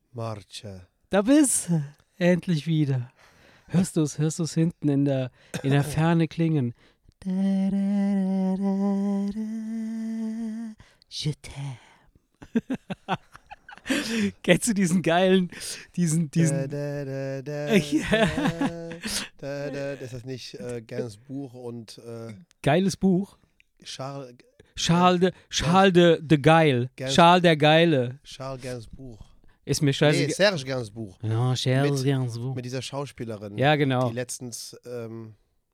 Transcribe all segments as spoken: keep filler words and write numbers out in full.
Marce. Da bist du. Endlich wieder. Hörst du es, hörst du es hinten in der, in der Ferne klingen? Da, da, da, da, da. Je t'aime. Kennst du diesen geilen, diesen, diesen... Da, da, da, da, Ja. da, da, ist das nicht äh, Gainsbourg und äh, Geiles Buch. Charles, Charles de, Charles de, de Geil. Gans- Charles der Geile. Charles Gainsbourg. Ist mir Nee, scheiße. Serge Gainsbourg. Ja, Charles Mit- Gainsbourg. Mit dieser Schauspielerin, Ja, genau. die letztens ähm,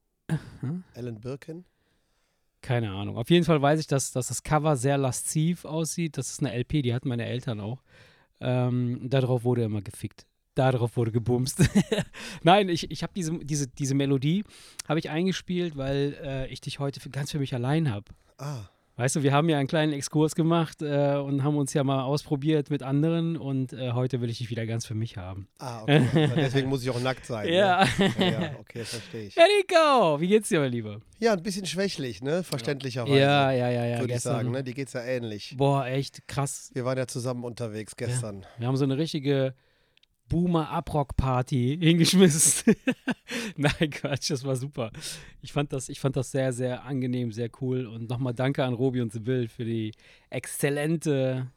Ellen Birkin. Keine Ahnung. Auf jeden Fall weiß ich, dass, dass das Cover sehr lasziv aussieht. Das ist eine L P, die hatten meine Eltern auch. Ähm, darauf wurde immer gefickt. Darauf wurde gebumst. Nein, ich, ich habe diese, diese, diese Melodie habe ich eingespielt, weil äh, ich dich heute für, ganz für mich allein habe. Ah, Weißt du, wir haben ja einen kleinen Exkurs gemacht äh, und haben uns ja mal ausprobiert mit anderen und äh, heute will ich dich wieder ganz für mich haben. ah, okay. Also deswegen muss ich auch nackt sein. Ja. Ne? Ja, ja, okay, das verstehe ich. Ja, Nico, wie geht's dir, mein Lieber? Ja, ein bisschen schwächlich, ne? Verständlicherweise. Ja, ja, ja, ja. Würde ich gestern, sagen, ne? Die geht's ja ähnlich. Boah, echt krass. Wir waren ja zusammen unterwegs gestern. Wir haben so eine richtige Boomer-Abrock-Party hingeschmissen. Nein, Quatsch, das war super. Ich fand das, ich fand das sehr, sehr angenehm, sehr cool. Und nochmal danke an Robi und Sibyl für die exzellente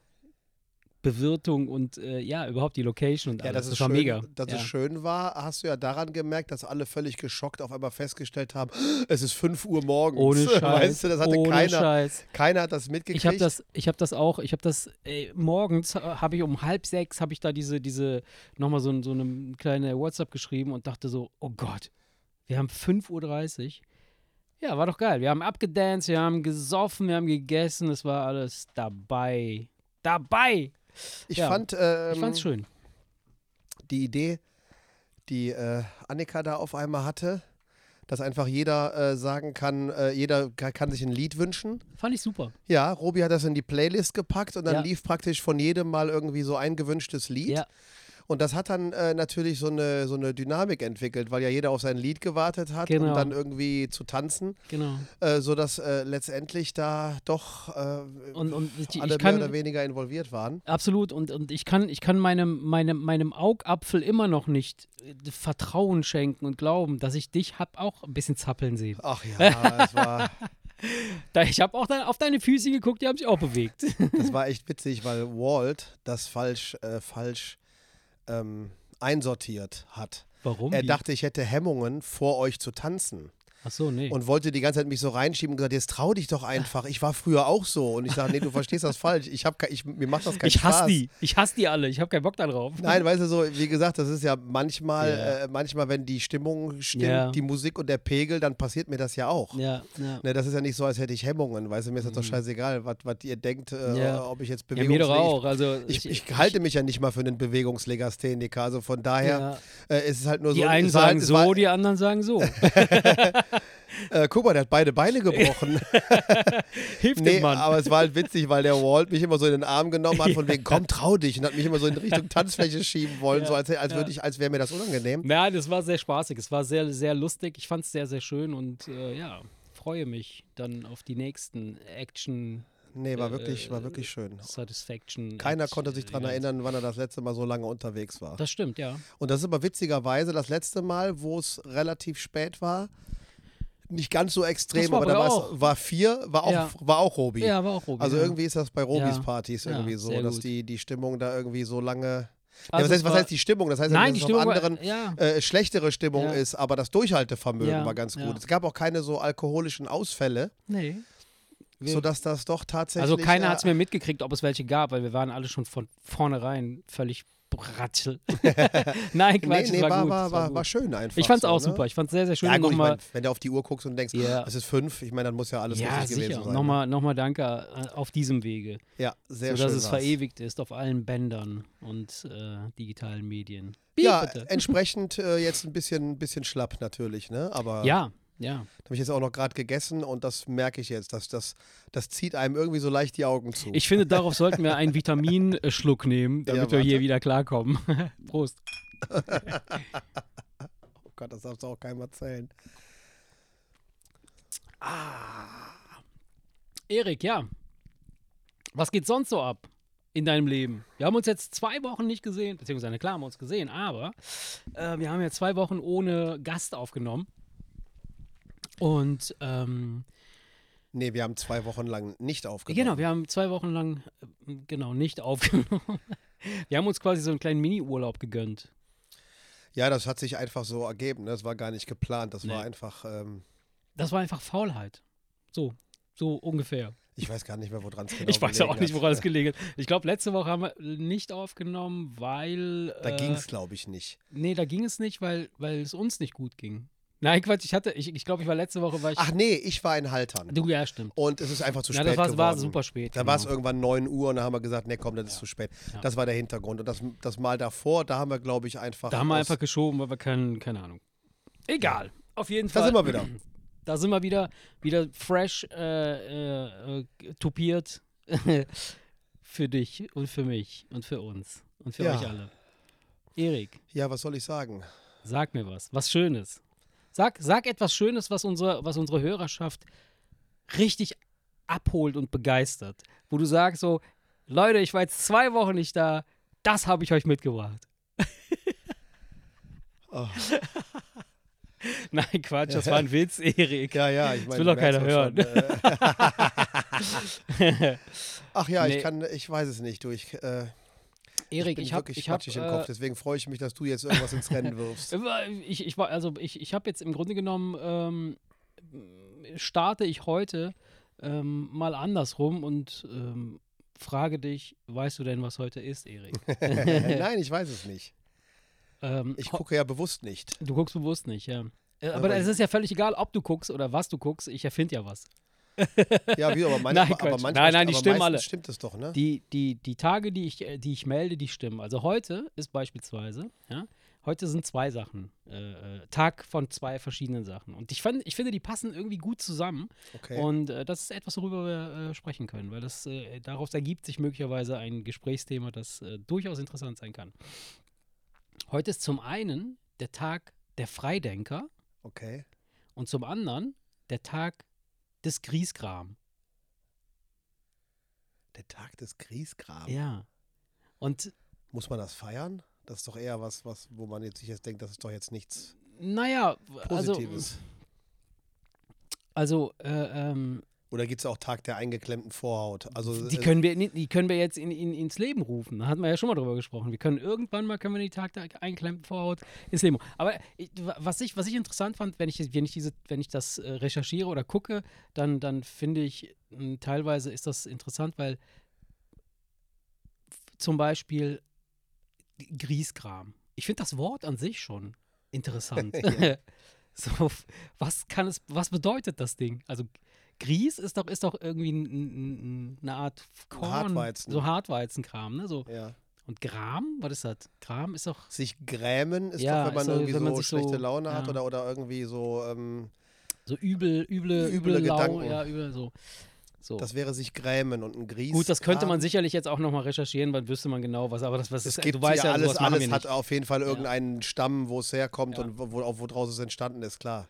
Bewirtung und äh, ja, überhaupt die Location und Ja, alles. dass, es das war schön, mega. dass ja. es schön war, hast du ja daran gemerkt, dass alle völlig geschockt auf einmal festgestellt haben, es ist fünf Uhr morgens. Ohne Scheiß. Weißt du, das hatte ohne keiner, Scheiß. keiner hat das mitgekriegt. Ich habe das, ich habe das auch, ich habe das, ey, morgens habe ich um halb sechs, habe ich da diese, diese, nochmal so, so eine kleine WhatsApp geschrieben und dachte so, oh Gott, wir haben fünf Uhr dreißig. Ja, war doch geil. Wir haben abgedanced, wir haben gesoffen, wir haben gegessen, es war alles dabei. Dabei! Ich ja, fand ähm, Ich fand's schön. die Idee, die äh, Annika da auf einmal hatte, dass einfach jeder äh, sagen kann, äh, jeder kann, kann sich ein Lied wünschen. Fand ich super. Ja, Robi hat das in die Playlist gepackt und dann Ja. lief praktisch von jedem mal irgendwie so ein gewünschtes Lied. Ja. Und das hat dann äh, natürlich so eine, so eine Dynamik entwickelt, weil ja jeder auf sein Lied gewartet hat, Genau. um dann irgendwie zu tanzen, Genau. äh, sodass äh, letztendlich da doch äh, Und, und ich, alle ich kann, mehr oder weniger involviert waren. absolut, und, und ich kann, ich kann meinem, meinem, meinem Augapfel immer noch nicht äh, Vertrauen schenken und glauben, dass ich dich hab auch ein bisschen zappeln sehen. Ach ja, es war, Da, ich habe auch dann auf deine Füße geguckt, die haben sich auch bewegt. das war echt witzig, weil Walt das falsch, äh, falsch ähm, einsortiert hat. Warum? Er Wie? dachte, ich hätte Hemmungen, vor euch zu tanzen. Ach so, nee. Und wollte die ganze Zeit mich so reinschieben und gesagt, jetzt trau dich doch einfach. Ich war früher auch so. Und ich sage, nee, du verstehst das falsch. Ich hab, ke- ich, mir macht das keinen ich hasse Spaß. die. Ich hasse die alle. Ich habe keinen Bock da drauf. Nein, weißt du, so, wie gesagt, das ist ja manchmal, Ja. äh, manchmal, wenn die Stimmung stimmt, Ja. die Musik und der Pegel, dann passiert mir das ja auch. Ja, ja. Ne, das ist ja nicht so, als hätte ich Hemmungen, weißt du, mir ist das doch scheißegal, was, was ihr denkt, äh, Ja. ob ich jetzt Ja, mir Bewegungs- doch auch. Also Ich, ich halte mich ja nicht mal für einen Bewegungslegastheniker, also von daher ja. äh, ist es halt nur Die so. einen es war halt- sagen es so, war, die anderen sagen so. äh, guck mal, der hat beide Beine gebrochen. Hilft Nee, dem Mann. aber es war halt witzig, weil der Walt mich immer so in den Arm genommen hat, von wegen, komm, trau dich, und hat mich immer so in Richtung Tanzfläche schieben wollen, Ja, so als, als, ja. würde ich, als wäre mir das unangenehm. Nein, das war sehr spaßig. Es war sehr, sehr lustig. Ich fand es sehr, sehr schön und äh, ja, freue mich dann auf die nächsten Action Nee, war Äh, wirklich, war wirklich schön. Satisfaction. Keiner Act- konnte sich daran ja. erinnern, wann er das letzte Mal so lange unterwegs war. Das stimmt, ja. Und das ist aber witzigerweise das letzte Mal, wo es relativ spät war. Nicht ganz so extrem, Das war aber da aber war's- auch. war vier, war auch, Ja. war auch Robi. Ja, war auch Robi. Also ja. irgendwie ist das bei Robis Ja. Partys Ja, irgendwie so, sehr dass gut. die, die Stimmung da irgendwie so lange. Ja, Also was, es heißt, was war- heißt die Stimmung? Das heißt, ja Nein, nicht, die dass es Stimmung auf anderen war, ja. äh, schlechtere Stimmung Ja. ist, aber das Durchhaltevermögen Ja, war ganz gut. ja. Es gab auch keine so alkoholischen Ausfälle, Nee. Wir- sodass das doch tatsächlich. Also keiner äh, hat es mehr mitgekriegt, ob es welche gab, weil wir waren alle schon von vornherein völlig bratschel. Nein, Quatsch, Nee, es nee, war, war, gut. war, es war, gut. war schön einfach. Ich fand's so, auch ne? super. Ich fand's sehr, sehr schön. Ja, gut, ich Nochmal, mein, wenn du auf die Uhr guckst und denkst, Ja. es ist fünf, ich meine, dann muss ja alles ja, richtig sicher. gewesen sein. Nochmal, nochmal danke äh, auf diesem Wege, Ne? Ja, sehr sodass schön. es war's. verewigt ist auf allen Bändern und äh, digitalen Medien. Wie Ja, bitte? entsprechend äh, jetzt ein bisschen, bisschen schlapp natürlich, ne? Aber Ja, ja. da habe ich jetzt auch noch gerade gegessen und das merke ich jetzt. Das, das, das zieht einem irgendwie so leicht die Augen zu. Ich finde, darauf sollten wir einen Vitaminschluck nehmen, damit Ja, wir hier warte. wieder klarkommen. Prost. Oh Gott, das darfst du auch keinem erzählen. Erik, ja. Was geht sonst so ab? in deinem Leben? Wir haben uns jetzt zwei Wochen nicht gesehen, beziehungsweise klar haben wir uns gesehen, aber äh, wir haben ja zwei Wochen ohne Gast aufgenommen. Und ähm, Nee, wir haben zwei Wochen lang nicht aufgenommen. genau, wir haben zwei Wochen lang äh, genau nicht aufgenommen. Wir haben uns quasi so einen kleinen Mini-Urlaub gegönnt. Ja, das hat sich einfach so ergeben. Ne? Das war gar nicht geplant. Das Nee. war einfach, ähm, Das war einfach Faulheit. So, so ungefähr. ich weiß gar nicht mehr, woran es genau Ich weiß auch gelegen nicht, hat. woran es gelegen hat. Ich glaube, letzte Woche haben wir nicht aufgenommen, weil. Da äh, ging es, glaube ich, nicht. Nee, da ging es nicht, weil, weil es uns nicht gut ging. Nein, Quatsch, ich hatte, ich, ich glaube, ich war letzte Woche, war ich. Ach nee, ich war in Haltern. Du, ja, stimmt. Und es ist einfach zu Ja, spät das war, geworden. war super spät. Dann genau. war es irgendwann neun Uhr und dann haben wir gesagt, nee, komm, das ist Ja. zu spät. Ja. Das war der Hintergrund. Und das, das Mal davor, da haben wir, glaube ich, einfach. Da haben wir aus- einfach geschoben, weil wir keinen, keine Ahnung. Egal. Auf jeden Fall. Da sind wir wieder. Da sind wir wieder, wieder fresh äh, äh, äh, tupiert für dich und für mich und für uns und für Ja. euch alle. Erik, Ja, was soll ich sagen? sag mir was, was Schönes. Sag, sag etwas Schönes, was unsere, was unsere Hörerschaft richtig abholt und begeistert. Wo du sagst so, Leute, ich war jetzt zwei Wochen nicht da, das habe ich euch mitgebracht. Oh. Nein, Quatsch, das war ein Witz, Erik. Ja, ja, ich meine. will doch du merkst keiner schon, äh, Ach ja, Nee. ich kann, ich weiß es nicht, du. Ich, äh, Erik, ich bin ich habe wirklich ich hab, quatschig im Kopf, äh, deswegen freue ich mich, dass du jetzt irgendwas ins Rennen wirfst. ich, ich war, also ich, ich habe jetzt im Grunde genommen, ähm, starte ich heute ähm, mal andersrum und ähm, frage dich, weißt du denn, was heute ist, Erik? Nein, ich weiß es nicht. ähm, Ich gucke ja bewusst nicht. Du guckst bewusst nicht, ja. Äh, Aber Aber es ich- ist ja völlig egal, ob du guckst oder was du guckst. Ich erfinde ja was. Ja, wie, aber, manchmal, Nein, aber Quatsch. manchmal Nein, nein, die aber stimmen meistens alle. stimmt es doch, ne? Die, die, die Tage, die ich, äh, die ich melde, die stimmen. Also heute ist beispielsweise, ja, heute sind zwei Sachen. Äh, äh, Tag von zwei verschiedenen Sachen. Und ich, fand, ich finde, die passen irgendwie gut zusammen. Okay. Und äh, das ist etwas, worüber wir äh, sprechen können, weil das äh, daraus ergibt sich möglicherweise ein Gesprächsthema, das äh, durchaus interessant sein kann. Heute ist zum einen der Tag der Freidenker Okay. und zum anderen der Tag des Griesgram. Der Tag des Griesgrams. Ja. Und Muss man das feiern? Das ist doch eher was, was, wo man jetzt sich jetzt denkt, das ist doch jetzt nichts naja, also, Positives. also äh, ähm, Oder gibt es auch Tag der eingeklemmten Vorhaut? Also, die äh, können wir, die können wir jetzt in, in, ins Leben rufen. Da hatten wir ja schon mal drüber gesprochen. Wir können irgendwann mal, können wir die Tag der eingeklemmten Vorhaut ins Leben rufen. Aber ich, was, ich, was ich interessant fand, wenn ich, wenn ich, diese, wenn ich das äh, recherchiere oder gucke, dann, dann finde ich, mh, teilweise ist das interessant, weil f- zum Beispiel Griesgram. Ich finde das Wort an sich schon interessant. Ja. So, f- was kann es, was bedeutet das Ding? Also Grieß ist doch, ist doch irgendwie n, n, n, eine Art Korn, Hartweizen. so Hartweizenkram, ne? So. ja. Und Gram, was ist das? Gram ist doch, Sich grämen ist Ja, doch, wenn man ist so, irgendwie wenn man so sich so- schlechte Laune hat ja. oder, oder irgendwie so, ähm, so übel, üble, Üble üble Lau, Gedanken. ja, übel, so. so. das wäre sich grämen und ein Grieß. Gut, das könnte man sicherlich jetzt auch nochmal recherchieren, dann wüsste man genau was, aber das, was Es ist, gibt du weißt ja ja, alles, sowas machen alles wir hat nicht. auf jeden Fall irgendeinen Stamm, wo es herkommt Ja. und wo, wo, woraus es entstanden ist, klar.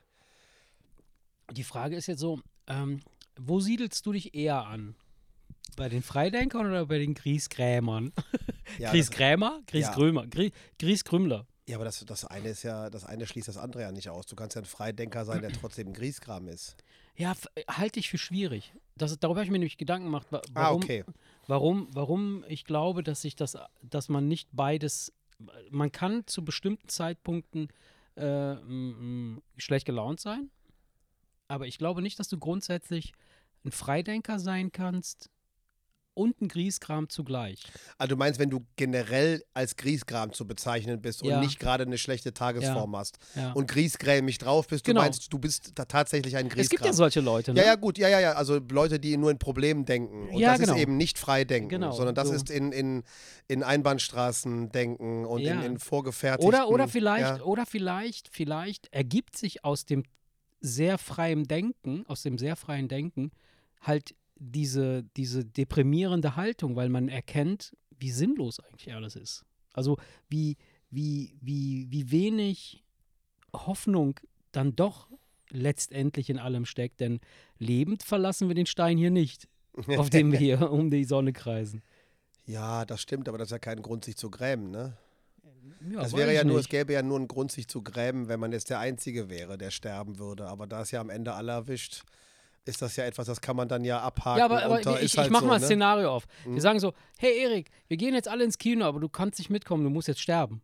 Die Frage ist jetzt so, ähm, wo siedelst du dich eher an? Bei den Freidenkern oder bei den Griesgrämern? Ja, das, Griesgrämer? Griesgrömer? Grie Griesgrümler? ja aber das, das eine ist ja, das eine schließt das andere ja nicht aus. Du kannst ja ein Freidenker sein, der trotzdem ein Grießkram ist. Ja, f- halte ich für schwierig. Das, ist- darüber habe ich mir nämlich Gedanken gemacht, wa- Ah, warum, okay. warum, warum ich glaube, dass sich das, dass man nicht beides, man kann zu bestimmten Zeitpunkten äh, m- m- schlecht gelaunt sein, aber ich glaube nicht, dass du grundsätzlich ein Freidenker sein kannst und ein Griesgram zugleich. Also du meinst, wenn du generell als Grießkram zu bezeichnen bist und Ja. nicht gerade eine schlechte Tagesform hast Ja. und grießgrämig drauf bist, du Genau. meinst, du bist da tatsächlich ein Grießkram. Es gibt ja solche Leute, ne? Ja, ja, gut, ja, ja, ja. Also Leute, die nur in Problemen denken. Und Ja, das genau. ist eben nicht frei denken, Genau, sondern das so. ist in, in, in Einbahnstraßen denken und Ja. in, in vorgefertigten. Oder, oder vielleicht, Ja, oder vielleicht, vielleicht ergibt sich aus dem sehr freien Denken, aus dem sehr freien Denken, halt diese, diese deprimierende Haltung, weil man erkennt, wie sinnlos eigentlich alles ist. Also wie, wie, wie, wie wenig Hoffnung dann doch letztendlich in allem steckt, denn lebend verlassen wir den Stein hier nicht, auf dem wir hier um die Sonne kreisen. Ja, das stimmt, aber das ist ja kein Grund, sich zu grämen, ne? Ja, Das weiß wäre ich ja nur, es nicht. gäbe ja nur einen Grund, sich zu grämen, wenn man jetzt der Einzige wäre, der sterben würde. Aber da es ja am Ende alle erwischt, ist das ja etwas, das kann man dann ja abhaken Ja, aber, aber unter, ich, ist ich halt mache so, mal ein ne? Szenario auf. Wir Hm? sagen so, hey Erik, wir gehen jetzt alle ins Kino, aber du kannst nicht mitkommen, du musst jetzt sterben.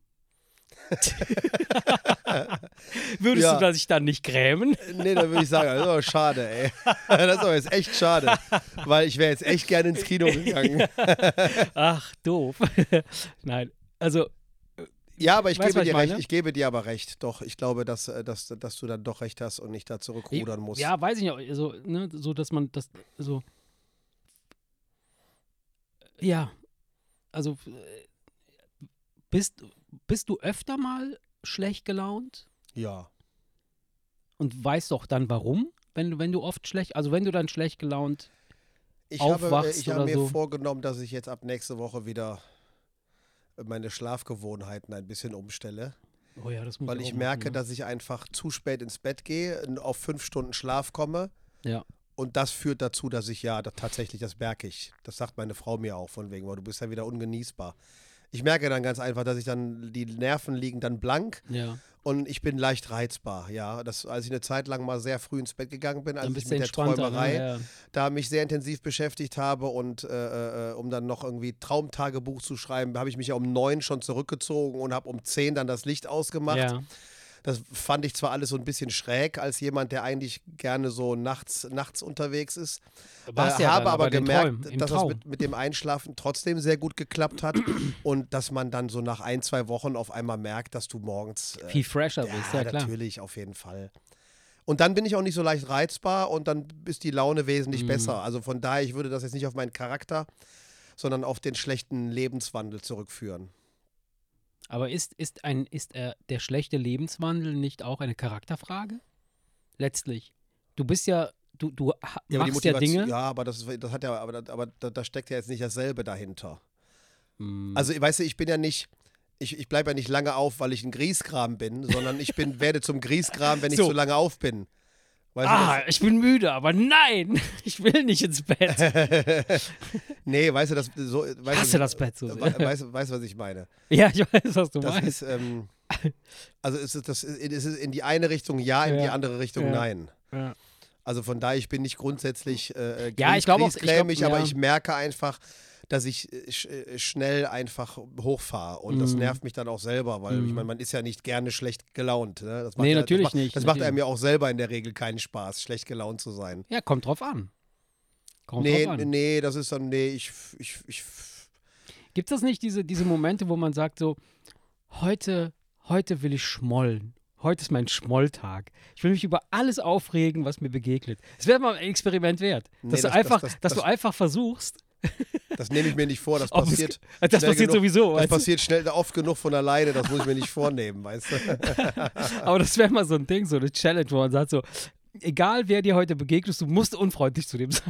Würdest du Ja, dich dann nicht grämen? nee, dann würde ich sagen, das ist aber schade, ey. Das ist aber jetzt echt schade, weil ich wäre jetzt echt gerne ins Kino gegangen. Ach, doof. Nein, also, Ja, aber ich weißt, gebe was ich dir recht, meine? ich gebe dir aber recht. Doch, ich glaube, dass, äh, dass, dass du dann doch recht hast und nicht da zurückrudern musst. Ja, weiß ich nicht, also, ne, so, dass man das, so, ja, also, äh, bist, bist du öfter mal schlecht gelaunt Ja. und weißt doch dann warum, wenn du, wenn du oft schlecht, also wenn du dann schlecht gelaunt Ich habe, äh, aufwachst ich habe oder mir so. vorgenommen, dass ich jetzt ab nächste Woche wieder meine Schlafgewohnheiten ein bisschen umstelle, Oh ja, das muss weil ich ich auch merke, machen, ne? dass ich einfach zu spät ins Bett gehe, n- auf fünf Stunden Schlaf komme Ja. und das führt dazu, dass ich ja da, tatsächlich, das merke ich. Das sagt meine Frau mir auch von wegen, weil du bist ja wieder ungenießbar. Ich merke dann ganz einfach, dass ich dann, die Nerven liegen dann blank Ja, und ich bin leicht reizbar. Ja, das, als ich eine Zeit lang mal sehr früh ins Bett gegangen bin, als dann ich bist du mit der entspannter, Träumerei ne? Ja. da mich sehr intensiv beschäftigt habe und äh, äh, um dann noch irgendwie Traumtagebuch zu schreiben, habe ich mich ja um neun schon zurückgezogen und habe um zehn dann das Licht ausgemacht. Ja. Das fand ich zwar alles so ein bisschen schräg, als jemand, der eigentlich gerne so nachts, nachts unterwegs ist. War's Äh, ja habe dann, aber in den gemerkt, Träumen, im dass das Traum. mit, mit dem Einschlafen trotzdem sehr gut geklappt hat und dass man dann so nach ein, zwei Wochen auf einmal merkt, dass du morgens äh, Viel fresher bist, ja, klar. natürlich, auf jeden Fall. Und dann bin ich auch nicht so leicht reizbar und dann ist die Laune wesentlich Mhm. besser. Also von daher, ich würde das jetzt nicht auf meinen Charakter, sondern auf den schlechten Lebenswandel zurückführen. Aber ist, ist, ein, ist äh, der schlechte Lebenswandel nicht auch eine Charakterfrage? Letztlich. Du bist ja, du, du ha- Ja, aber die machst ja Motivation, Dinge. ja, aber das, ist- das hat ja, aber, da- aber da, da steckt ja jetzt nicht dasselbe dahinter. Mm. Also, weißt du, ich bin ja nicht, ich, ich bleibe ja nicht lange auf, weil ich ein Griesgram bin, sondern ich bin, werde zum Griesgram, wenn ich So. zu lange auf bin. Weißt ah, ich bin müde, aber nein, ich will nicht ins Bett. du, nee, weißt du, das so. Ich Weißt hasse du, das Bett so we- sehr. Weißt du, weißt, du, was ich meine? Ja, ich weiß, was du Das meinst. ist, ähm, also es ist, das, ist- es ist in die eine Richtung ja, in Ja. die andere Richtung Ja. nein. Ja. Also von daher, ich bin nicht grundsätzlich äh, Ja, gries- ich glaub auch- ich glaub, griesgrämig, aber ja. ich merke einfach, dass ich äh, sch äh, schnell einfach hochfahre. Und das Mhm. nervt mich dann auch selber, weil ich Mhm. meine, man ist ja nicht gerne schlecht gelaunt. Ne? Das Nee, ja, natürlich das macht, nicht, Das macht natürlich. einem ja auch selber in der Regel keinen Spaß, schlecht gelaunt zu sein. Ja, kommt drauf an. Kommt Nee, drauf an. nee, das ist dann, nee, ich, ich, ich, Gibt es das nicht, diese, diese Momente, wo man sagt so, heute, heute will ich schmollen. Heute ist mein Schmolltag. Ich will mich über alles aufregen, was mir begegnet. Es wäre mal ein Experiment wert. Nee, Dass, du, das- einfach, das- das- dass du das- einfach versuchst, das nehme ich mir nicht vor, das ob es- passiert. das schnell passiert genug. sowieso. Das weißt du? passiert schnell oft genug von alleine, das muss ich mir nicht vornehmen, weißt du? Aber das wäre mal so ein Ding, so eine Challenge, wo man sagt so, egal wer dir heute begegnet, du musst unfreundlich zu dem sein.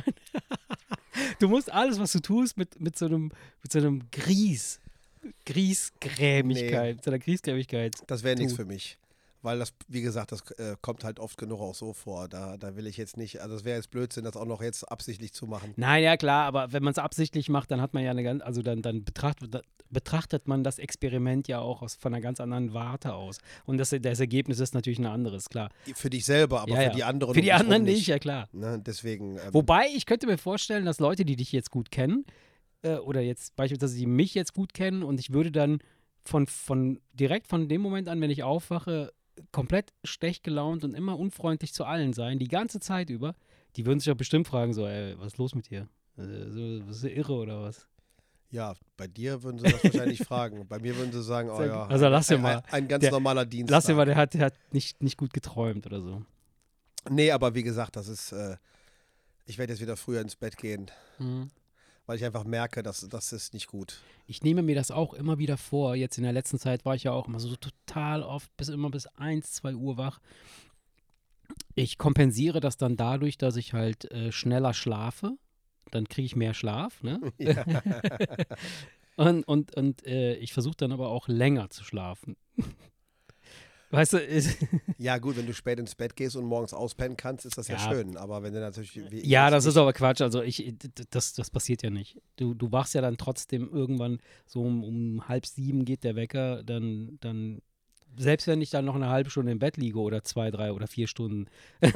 Du musst alles, was du tust, mit, mit so einem, mit so einem Grieß, Griesgrämigkeit, mit so einer Griesgrämigkeit. Das wäre nichts Tu. für mich. Weil das, wie gesagt, das äh, kommt halt oft genug auch so vor. Da, da will ich jetzt nicht, also es wäre jetzt Blödsinn, das auch noch jetzt absichtlich zu machen. Nein, ja klar, aber wenn man es absichtlich macht, dann hat man ja eine ganz, also dann, dann betrachtet, betrachtet man das Experiment ja auch aus, von einer ganz anderen Warte aus. Und das, das Ergebnis ist natürlich ein anderes, klar. Für dich selber, aber Ja, für ja. die anderen Für die um dich anderen rum nicht, ja klar. Ne? Deswegen, ähm, Wobei, ich könnte mir vorstellen, dass Leute, die dich jetzt gut kennen, äh, oder jetzt beispielsweise, die mich jetzt gut kennen und ich würde dann von, von direkt von dem Moment an, wenn ich aufwache, komplett schlecht gelaunt und immer unfreundlich zu allen sein, die ganze Zeit über, die würden sich doch bestimmt fragen, so, ey, was ist los mit dir? Äh, so, bist du irre oder was? ja, bei dir würden sie das wahrscheinlich fragen. Bei mir würden sie sagen, oh ja, Also lass dir ein, mal. ein, ein ganz Der- normaler Dienstag. Lass dir mal, der hat, der hat nicht, nicht gut geträumt oder so. Nee, aber wie gesagt, das ist, äh, ich werde jetzt wieder früher ins Bett gehen, Mhm. weil ich einfach merke, dass das ist nicht gut. Ich nehme mir das auch immer wieder vor. Jetzt in der letzten Zeit war ich ja auch immer so total oft, bis immer bis eins, zwei Uhr wach. Ich kompensiere das dann dadurch, dass ich halt äh, schneller schlafe. Dann kriege ich mehr Schlaf, ne? Ja. Und, und, und äh, ich versuche dann aber auch länger zu schlafen. Weißt du, ist, Ja, gut, wenn du spät ins Bett gehst und morgens auspennen kannst, ist das ja, Ja. schön. Aber wenn du natürlich. Wie ich ja, jetzt das ist nicht- aber Quatsch. Also ich, das, das passiert ja nicht. Du, du wachst ja dann trotzdem irgendwann so um, um halb sieben geht der Wecker, dann, dann, selbst wenn ich dann noch eine halbe Stunde im Bett liege oder zwei, drei oder vier Stunden,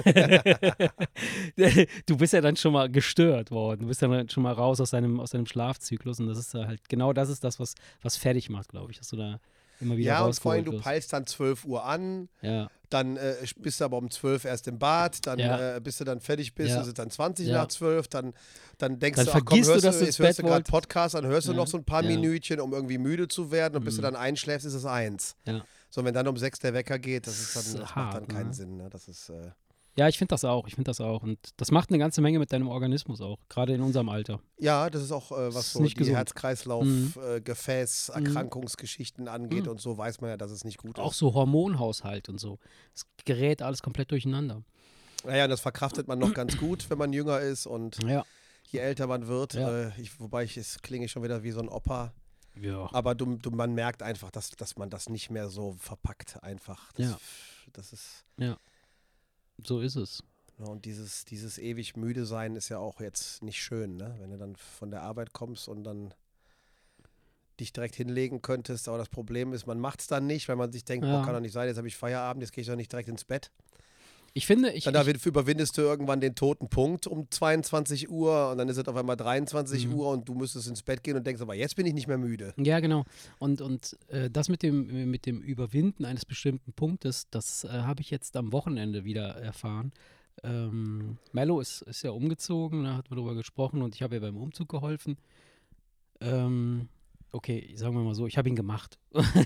du bist ja dann schon mal gestört worden. Du bist dann schon mal raus aus deinem, aus deinem Schlafzyklus und das ist halt, genau das ist das, was, was fertig macht, glaube ich, dass du da immer wieder Ja, und vor allem, rausgeholt du wirst. peilst dann zwölf Uhr an, Ja, dann äh, bist du aber um zwölf erst im Bad, dann Ja. äh, bis du dann fertig bist, Ja. ist es dann zwanzig Ja. nach zwölf, dann, dann denkst Dann du, ach komm, vergisst du, hörst dass du du, ins jetzt hörst du Bett gerade wolltest. Podcast, dann hörst du Ja. noch so ein paar Ja. Minütchen, um irgendwie müde zu werden und bis du Mhm. dann einschläfst, ist es eins. ja. So, wenn dann um sechs der Wecker geht, das, ist Das dann, ist das macht dann hart, keinen ne? Sinn. Ne? Das ist, äh, Ja, ich finde das auch. Ich finde das auch. Und das macht eine ganze Menge mit deinem Organismus auch, gerade in unserem Alter. ja, das ist auch, äh, Das was ist so nicht die gesund. Herz-Kreislauf, Mhm. äh, Gefäß, Erkrankungsgeschichten angeht Mhm. und so, weiß man ja, dass es nicht gut Auch ist. so Hormonhaushalt und so. Es gerät alles komplett durcheinander. Naja, das verkraftet man noch ganz gut, wenn man jünger ist und Ja. je älter man wird, Ja. äh, ich, wobei ich, es klinge schon wieder wie so ein Opa, Ja. aber du, du, man merkt einfach, dass, dass man das nicht mehr so verpackt einfach. Das, Ja. das ist, So ist es. ja, und dieses, dieses ewig müde sein ist ja auch jetzt nicht schön, ne? Wenn du dann von der Arbeit kommst und dann dich direkt hinlegen könntest, aber das Problem ist, man macht es dann nicht, weil man sich denkt, Ja. boah, kann doch nicht sein, jetzt habe ich Feierabend, jetzt gehe ich doch nicht direkt ins Bett. Ich finde, ich, Dann ich, da überwindest du irgendwann den toten Punkt um zweiundzwanzig Uhr und dann ist es auf einmal dreiundzwanzig Mhm. Uhr und du müsstest ins Bett gehen und denkst, aber jetzt bin ich nicht mehr müde. ja, genau. Und, und äh, das mit dem, mit dem Überwinden eines bestimmten Punktes, das äh, habe ich jetzt am Wochenende wieder erfahren. Ähm, Mello ist, ist ja umgezogen, da hatten wir darüber gesprochen und ich habe ihr beim Umzug geholfen. Ähm, okay, sagen wir mal so, ich habe ihn gemacht.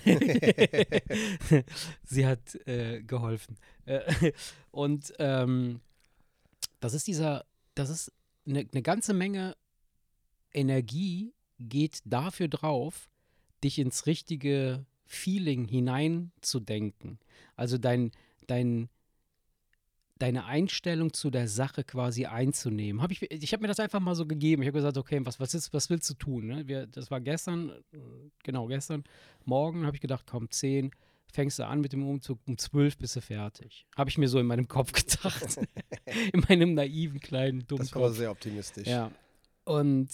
Sie hat äh, geholfen. Äh, und ähm, das ist dieser, das ist eine ne ganze Menge Energie geht dafür drauf, dich ins richtige Feeling hineinzudenken. Also dein, dein, deine Einstellung zu der Sache quasi einzunehmen. Hab ich ich habe mir das einfach mal so gegeben. Ich habe gesagt, okay, was, was, ist, was willst du tun? Ne? Wir, das war gestern, äh, genau, gestern Morgen habe ich gedacht, komm, zehn, fängst du an mit dem Umzug, um zwölf bist du fertig. Habe ich mir so in meinem Kopf gedacht. In meinem naiven, kleinen, dummen Das war aber Kopf. sehr optimistisch. Ja. Und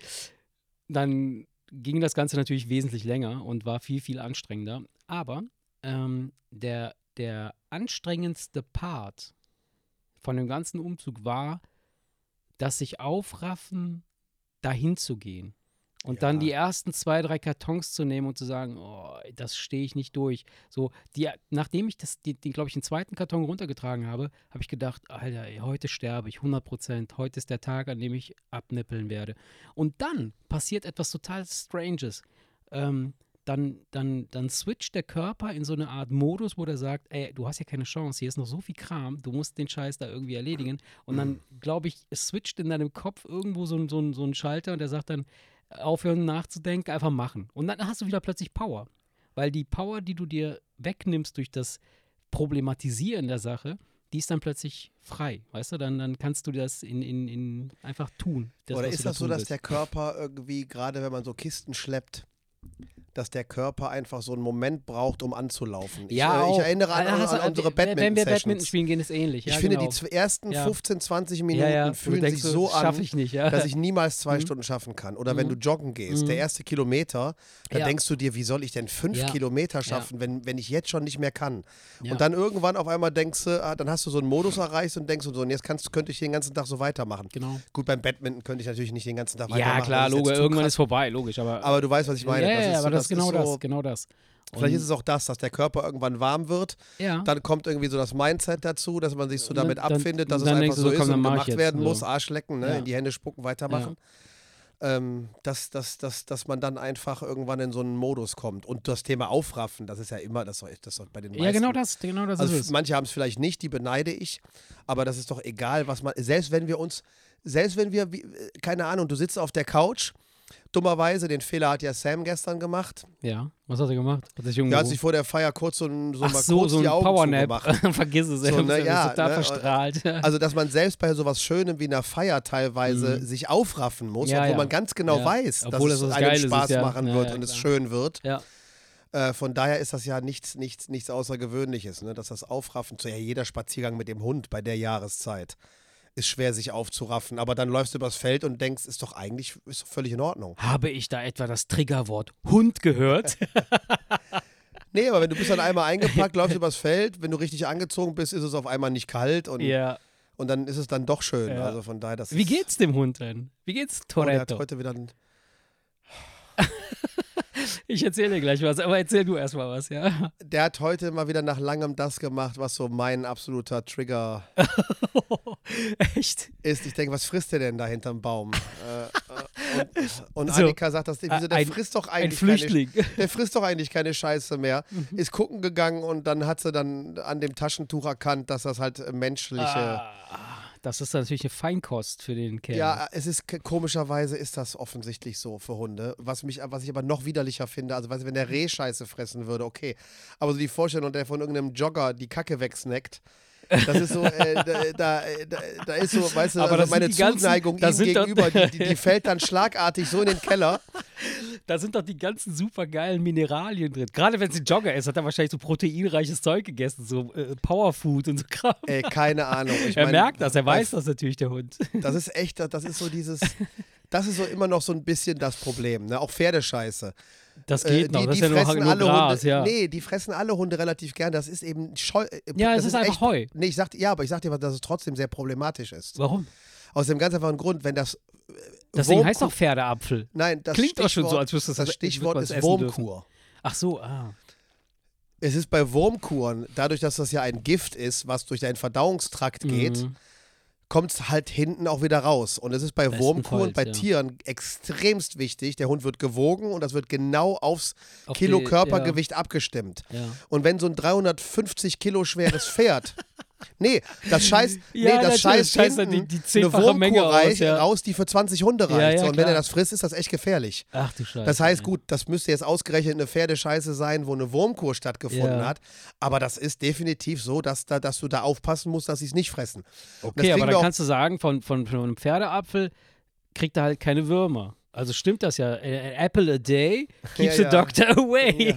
dann ging das Ganze natürlich wesentlich länger und war viel, viel anstrengender. Aber ähm, der, der anstrengendste Part von dem ganzen Umzug war, dass sich aufraffen, dahin zu gehen. Und Ja. dann die ersten zwei, drei Kartons zu nehmen und zu sagen, oh, das stehe ich nicht durch. So, die, nachdem ich das, die, die glaube ich, den zweiten Karton runtergetragen habe, habe ich gedacht, Alter, ey, heute sterbe ich, hundert Prozent. Heute ist der Tag, an dem ich abnippeln werde. Und dann passiert etwas total Stranges. Ähm, dann, dann, dann switcht der Körper in so eine Art Modus, wo der sagt, ey, du hast ja keine Chance, hier ist noch so viel Kram, du musst den Scheiß da irgendwie erledigen. Und dann, glaube ich, es switcht in deinem Kopf irgendwo so, ein- so, ein- so ein Schalter und der sagt dann, aufhören nachzudenken, einfach machen. Und dann hast du wieder plötzlich Power. Weil die Power, die du dir wegnimmst durch das Problematisieren der Sache, die ist dann plötzlich frei. Weißt du, dann, dann kannst du das in, in, in einfach tun. Das, Oder was ist du da das so, tun dass willst. der Körper irgendwie, gerade wenn man so Kisten schleppt, dass der Körper einfach so einen Moment braucht, um anzulaufen? Ich, Ja, äh, auch. ich erinnere an, Ah, hast an du- unsere wenn wir Badminton-Sessions. Badminton spielen, gehen ist ähnlich. Ich ja, finde, genau. die z- ersten Ja. fünfzehn, zwanzig Minuten ja, ja, wo du fühlen denkst, sich so das an, schaffe ich nicht. Ja. dass ich niemals zwei Mhm. Stunden schaffen kann. Oder wenn Mhm. du joggen gehst, Mhm. der erste Kilometer, da Ja. denkst du dir, wie soll ich denn fünf Ja. Kilometer schaffen, wenn, wenn ich jetzt schon nicht mehr kann? Ja. Und dann irgendwann auf einmal denkst du, ah, dann hast du so einen Modus erreicht und denkst so, und jetzt kannst, könnte ich den ganzen Tag so weitermachen. Genau. Gut, beim Badminton könnte ich natürlich nicht den ganzen Tag weitermachen. Ja, das klar, ist jetzt logisch. zu Irgendwann krass. ist vorbei, logisch. Aber, Aber du weißt, was ich meine. ja, ja, ist aber so, das ist genau so, das. Genau das. Vielleicht Und- ist es auch das, dass der Körper irgendwann warm wird. ja. Dann kommt irgendwie so das Mindset dazu, dass man sich so Und dann- damit dann- abfindet, dass es dann einfach denkst du so so, ist komm, dann und mach ich gemacht jetzt, werden so. muss, Arsch lecken, ne? Ja. in die Hände spucken, weitermachen. Ähm, dass, dass, dass, dass man dann einfach irgendwann in so einen Modus kommt. Und das Thema Aufraffen, das ist ja immer, das ist das bei den meisten. Ja, genau das, genau das Also ist es. manche haben es vielleicht nicht, die beneide ich, aber das ist doch egal, was man, selbst wenn wir uns, selbst wenn wir, wie- keine Ahnung, du sitzt auf der Couch, dummerweise, den Fehler hat ja Sam gestern gemacht, Ja, was hat er gemacht? Hat sich der hat umgerufen? sich vor der Feier kurz so, ein, so Ach mal so, kurz so ein die Augen Powernap. zugemacht. Vergiss es, So, er ne, ist ja, total ne, verstrahlt. Also, dass man selbst bei sowas Schönem wie einer Feier teilweise Mhm. sich aufraffen muss, Ja, obwohl ja. man ganz genau Ja. weiß, Obwohl dass das es was einem Geiles Spaß ist, ja. machen Ja, wird ja, und es klar. schön wird. ja, Äh, von daher ist das ja nichts, nichts, nichts Außergewöhnliches, ne? Dass das Aufraffen, so ja jeder Spaziergang mit dem Hund bei der Jahreszeit ist schwer, sich aufzuraffen. Aber dann läufst du übers Feld und denkst, ist doch eigentlich ist doch völlig in Ordnung. Habe ich da etwa das Triggerwort Hund gehört? Nee, aber wenn du bist dann einmal eingepackt, läufst übers Feld, wenn du richtig angezogen bist, ist es auf einmal nicht kalt und, ja. und dann ist es dann doch schön. Ja. Also von daher, das Wie ist, geht's dem Hund denn? Wie geht's oh, der hat Toretto? heute wieder ein, Ich erzähle dir gleich was, aber erzähl du erstmal was, ja? der hat heute mal wieder nach langem das gemacht, was so mein absoluter Trigger Echt? ist. Ich denke, was frisst der denn da hinterm Baum? äh, und und So, Annika sagt, das, wieso, der ein- frisst doch Ein eigentlich Flüchtling. keine, der frisst doch eigentlich keine Scheiße mehr. Mhm. Ist gucken gegangen und dann hat sie dann an dem Taschentuch erkannt, dass das halt äh, menschliche... Ah, das ist natürlich eine Feinkost für den Kerl. Ja, es ist k- komischerweise ist das offensichtlich so für Hunde. Was mich, was ich aber noch widerlicher finde, also weißt du, wenn der Reh Scheiße fressen würde, okay. Aber so die Vorstellung, der von irgendeinem Jogger die Kacke wegsnackt, das ist so, äh, da, da, da, da ist so, weißt du, Aber also das sind meine die ganzen- Zuneigung das ihm sind doch- gegenüber, die, die, die fällt dann schlagartig so in den Keller. Da sind doch die ganzen super geilen Mineralien drin. Gerade wenn es ein Jogger ist, hat er wahrscheinlich so proteinreiches Zeug gegessen, so äh, Powerfood und so Kram. Ey, keine Ahnung. Ich er mein, merkt das, er bei- weiß das natürlich, der Hund. Das ist echt, das ist so dieses, das ist so immer noch so ein bisschen das Problem, ne? Auch Pferdescheiße. Das Äh, geht noch, die, das die ist ja nur, fressen nur alle Gras, Hunde, ja. Nee, die fressen alle Hunde relativ gern. Das ist eben scheu. äh, Ja, das es ist einfach echt, Heu. Nee, ich sag, ja, aber ich sag dir, dass es trotzdem sehr problematisch ist. Warum? Aus dem ganz einfachen Grund, wenn das äh, Deswegen heißt Wurmkur- doch Pferdeapfel. Nein, das Klingt doch schon so, Stichwort- als müsstest du das das- Stichwort was ist essen dürfen. Wurmkur. Ach so, ah. Es ist bei Wurmkuren, dadurch, dass das ja ein Gift ist, was durch deinen Verdauungstrakt geht, Mhm. kommt es halt hinten auch wieder raus. Und es ist bei Wurmkuren, Bestenfalls, bei ja. Tieren extremst wichtig. Der Hund wird gewogen und das wird genau aufs Auf Kilo die- Körpergewicht abgestimmt. Ja. Und wenn so ein dreihundertfünfzig Kilo schweres Pferd, nee, das scheißt, nee, Ja, das natürlich, scheißt scheißt dann hinten die- die eine zehnfache Wurmkur Menge aus, reich, ja. raus, die für zwanzig Hunde reicht. Ja, ja, so, und wenn klar. er das frisst, ist das echt gefährlich. Ach du Scheiße. Das heißt, ey. gut, das müsste jetzt ausgerechnet eine Pferdescheiße sein, wo eine Wurmkur stattgefunden Ja. hat. Aber das ist definitiv so, dass, da, dass du da aufpassen musst, dass sie es nicht fressen. Und das Okay, kriegen aber wir dann auch- kannst du sagen, von, von, von einem Pferdeapfel kriegt er halt keine Würmer. Also stimmt das ja. An apple a day keeps Ja, the ja. doctor away.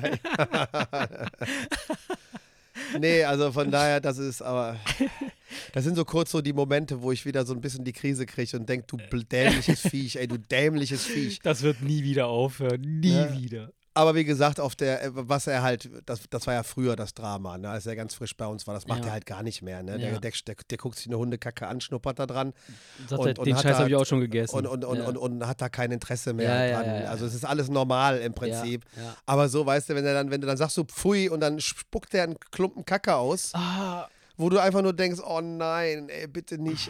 Nee, also von daher, das ist aber. Das sind so kurz so die Momente, wo ich wieder so ein bisschen die Krise kriege und denke, du bl- dämliches Viech, ey, du dämliches Viech. Das wird nie wieder aufhören. Nie Ja. wieder. Aber wie gesagt, auf der, äh, was er halt, das, das war ja früher das Drama, ne, als er ganz frisch bei uns war, das macht Ja. er halt gar nicht mehr. Ne? Ja. Der, der, der, der guckt sich eine Hundekacke an, schnuppert da dran Sagt Und- er, und den hat Scheiß er habe ich halt- auch schon gegessen. und, und, und, ja. und, und hat da kein Interesse mehr Ja, ja, dran. ja, ja. Also es ist alles normal im Prinzip. Ja, ja. Aber so, weißt du, wenn, er dann, wenn du dann sagst, so pfui und dann spuckt der einen Klumpen Kacke aus, Ah, wo du einfach nur denkst, oh nein, ey, bitte nicht.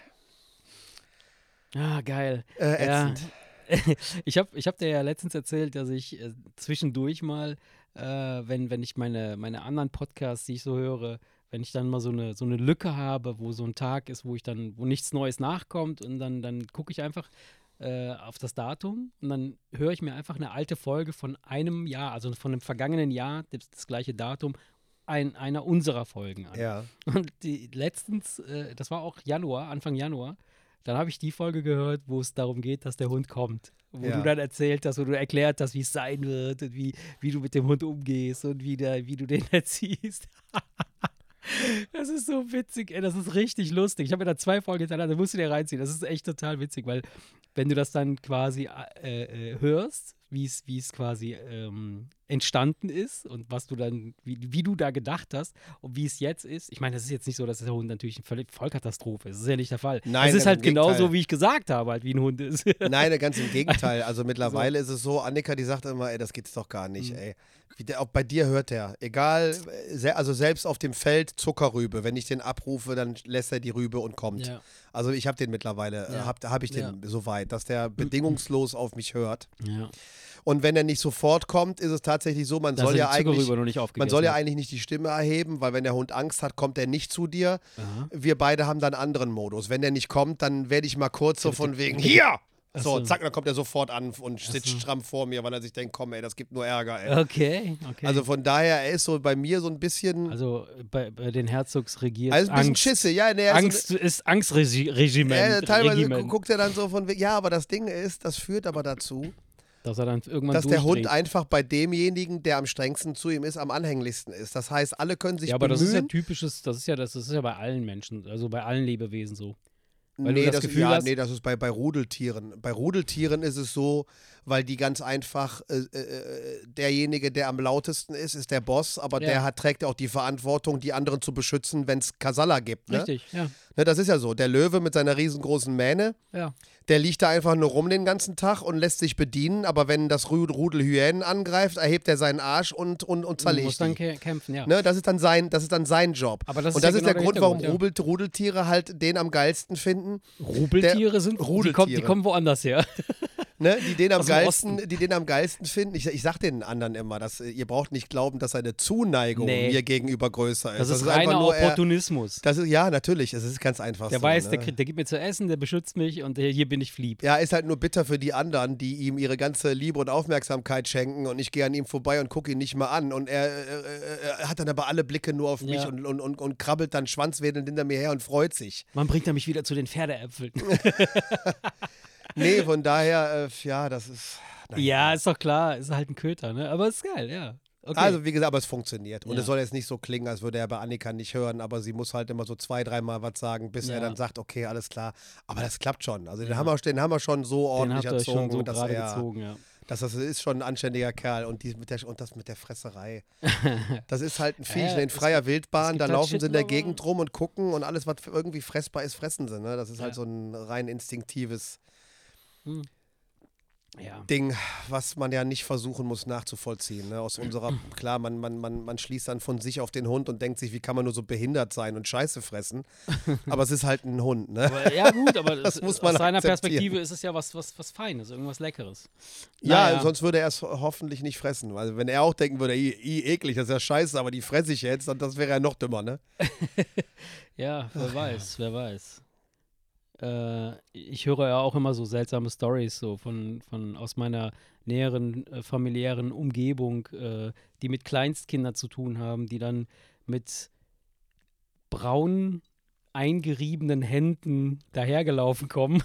ah, geil. Äh, Ja. ätzend. Ich habe ich hab dir ja letztens erzählt, dass ich äh, zwischendurch mal, äh, wenn, wenn ich meine, meine anderen Podcasts, die ich so höre, wenn ich dann mal so eine, so eine Lücke habe, wo so ein Tag ist, wo ich dann, wo nichts Neues nachkommt und dann, dann gucke ich einfach äh, auf das Datum und dann höre ich mir einfach eine alte Folge von einem Jahr, also von dem vergangenen Jahr, das, das gleiche Datum, ein, einer unserer Folgen an. Ja. Und die letztens, äh, das war auch Januar, Anfang Januar, dann habe ich die Folge gehört, wo es darum geht, dass der Hund kommt. Wo Ja. du dann erzählt hast, wo du erklärt hast, wie es sein wird und wie, wie du mit dem Hund umgehst und wie, der, wie du den erziehst. Das ist so witzig, ey, das ist richtig lustig. Ich habe mir da zwei Folgen hintereinander, da musst du dir reinziehen. Das ist echt total witzig, weil wenn du das dann quasi äh, äh, hörst, wie es wie es quasi ähm, entstanden ist und was du dann, wie, wie du da gedacht hast und wie es jetzt ist. Ich meine, das ist jetzt nicht so, dass der Hund natürlich eine völlig Vollkatastrophe ist. Das ist ja nicht der Fall. Nein, es ist ganz halt im Gegenteil. genauso, wie ich gesagt habe, halt, wie ein Hund ist. Nein, ganz im Gegenteil. Also mittlerweile ist es so, Annika, die sagt immer, ey, das geht's doch gar nicht, Mhm. ey. Wie der, auch bei dir hört er. Egal, äh, se- also selbst auf dem Feld Zuckerrübe. Wenn ich den abrufe, dann lässt er die Rübe und kommt. Ja. Also ich habe den mittlerweile, äh, Ja. habe hab ich den Ja. so weit, dass der bedingungslos auf mich hört. Ja. Und wenn er nicht sofort kommt, ist es tatsächlich so, man Da soll sind ja die eigentlich, Zuckerrübe noch nicht aufgegessen. man soll ja eigentlich nicht die Stimme erheben, weil wenn der Hund Angst hat, kommt er nicht zu dir. Aha. Wir beide haben dann einen anderen Modus. Wenn der nicht kommt, dann werde ich mal kurz so von wegen, hier! Ach So, so. zack, dann kommt er sofort an und Ach sitzt so. stramm vor mir, weil er sich denkt, komm ey, das gibt nur Ärger, ey. Okay, okay. Also von daher, er ist so bei mir so ein bisschen, also, Also bei, bei den Herzogs regiert ein bisschen Angst. Schisse, ja, nee, also, Angst ist Angstregiment. äh, teilweise Regiment. guckt er dann so von wegen, ja, aber das Ding ist, das führt aber dazu, Dass er dann irgendwann dass der Hund durchdreht. einfach bei demjenigen, der am strengsten zu ihm ist, am anhänglichsten ist. Das heißt, alle können sich Ja, aber bemühen. das ist ja typisches, das ist ja, das, das ist ja bei allen Menschen, also bei allen Lebewesen so. Weil nee, du das das, Gefühl ja, hast, nee, das ist bei, bei Rudeltieren. Bei Rudeltieren ist es so, weil die ganz einfach, äh, äh, derjenige, der am lautesten ist, ist der Boss, aber Ja. der hat, trägt ja auch die Verantwortung, die anderen zu beschützen, wenn es Kasala gibt. Ne? richtig, ja, Ne, das ist ja so. Der Löwe mit seiner riesengroßen Mähne, ja. der liegt da einfach nur rum den ganzen Tag und lässt sich bedienen, aber wenn das Ru- Rudel Hyänen angreift, erhebt er seinen Arsch und, und, und Du zerlegt musst dann die. kä- kämpfen, ja. Ne, das ist dann sein, das ist dann sein Job. Aber das und ist das ja ist der genau Grund, der warum Hintergrund, Rubel, Rudeltiere halt den am geilsten finden. Rudeltiere sind, die kommen, die Rudeltiere. kommen woanders her. Ne, die den am Aus dem geilsten, Osten. die den am geilsten finden. Ich, ich sag den anderen immer, dass äh, ihr braucht nicht glauben, dass seine Zuneigung Nee. mir gegenüber größer ist. Das ist reiner einfach nur eher, Opportunismus. das ist, ja, natürlich, es ist ganz einfach Der so. weiß, ne? der, kriegt, der gibt mir zu essen, der beschützt mich und der, hier bin ich Flieb. Ja, ist halt nur bitter für die anderen, die ihm ihre ganze Liebe und Aufmerksamkeit schenken und ich gehe an ihm vorbei und gucke ihn nicht mal an und er, äh, äh, hat dann aber alle Blicke nur auf mich Ja. und, und, und, und krabbelt dann schwanzwedelnd hinter mir her und freut sich. Man bringt er mich wieder zu den Pferdeäpfeln. Nee, von daher, äh, ja, das ist... naja. Ja, ist doch klar, ist halt ein Köter, ne? Aber ist geil, ja. Okay. Also, wie gesagt, aber es funktioniert. Und Ja. es soll jetzt nicht so klingen, als würde er bei Annika nicht hören, aber sie muss halt immer so zwei, dreimal was sagen, bis Ja. er dann sagt, okay, alles klar. Aber das klappt schon. Also, den, Ja. haben, wir, den haben wir schon so den ordentlich habt ihr euch erzogen, schon so dass gerade er, gezogen, ja. dass das ist schon ein anständiger Kerl. Und, die mit der, und das mit der Fresserei. Das ist halt ein Viech. Ja, ne, in es freier gibt- Wildbahn, gibt da halt laufen sie in der Shitlover. Gegend rum und gucken und alles, was irgendwie fressbar ist, fressen sie. Ne? Das ist halt Ja. so ein rein instinktives Hm. Ja. Ding, was man ja nicht versuchen muss nachzuvollziehen. Ne? Aus unserer, klar, man, man, man, man schließt dann von sich auf den Hund und denkt sich, wie kann man nur so behindert sein und Scheiße fressen. Aber es ist halt ein Hund, ne? Aber, ja, gut, aber Das es, muss man aus seiner akzeptieren. Perspektive ist es ja was, was, was Feines, irgendwas Leckeres. Ja, Naja. sonst würde er es hoffentlich nicht fressen. Weil wenn er auch denken würde, i, i eklig, das ist ja scheiße, aber die fresse ich jetzt, dann das wäre ja noch dümmer, ne? Ja, wer weiß, wer weiß. Äh, ich höre ja auch immer so seltsame Stories so von, von aus meiner näheren äh, familiären Umgebung, äh, die mit Kleinstkindern zu tun haben, die dann mit braun eingeriebenen Händen dahergelaufen kommen.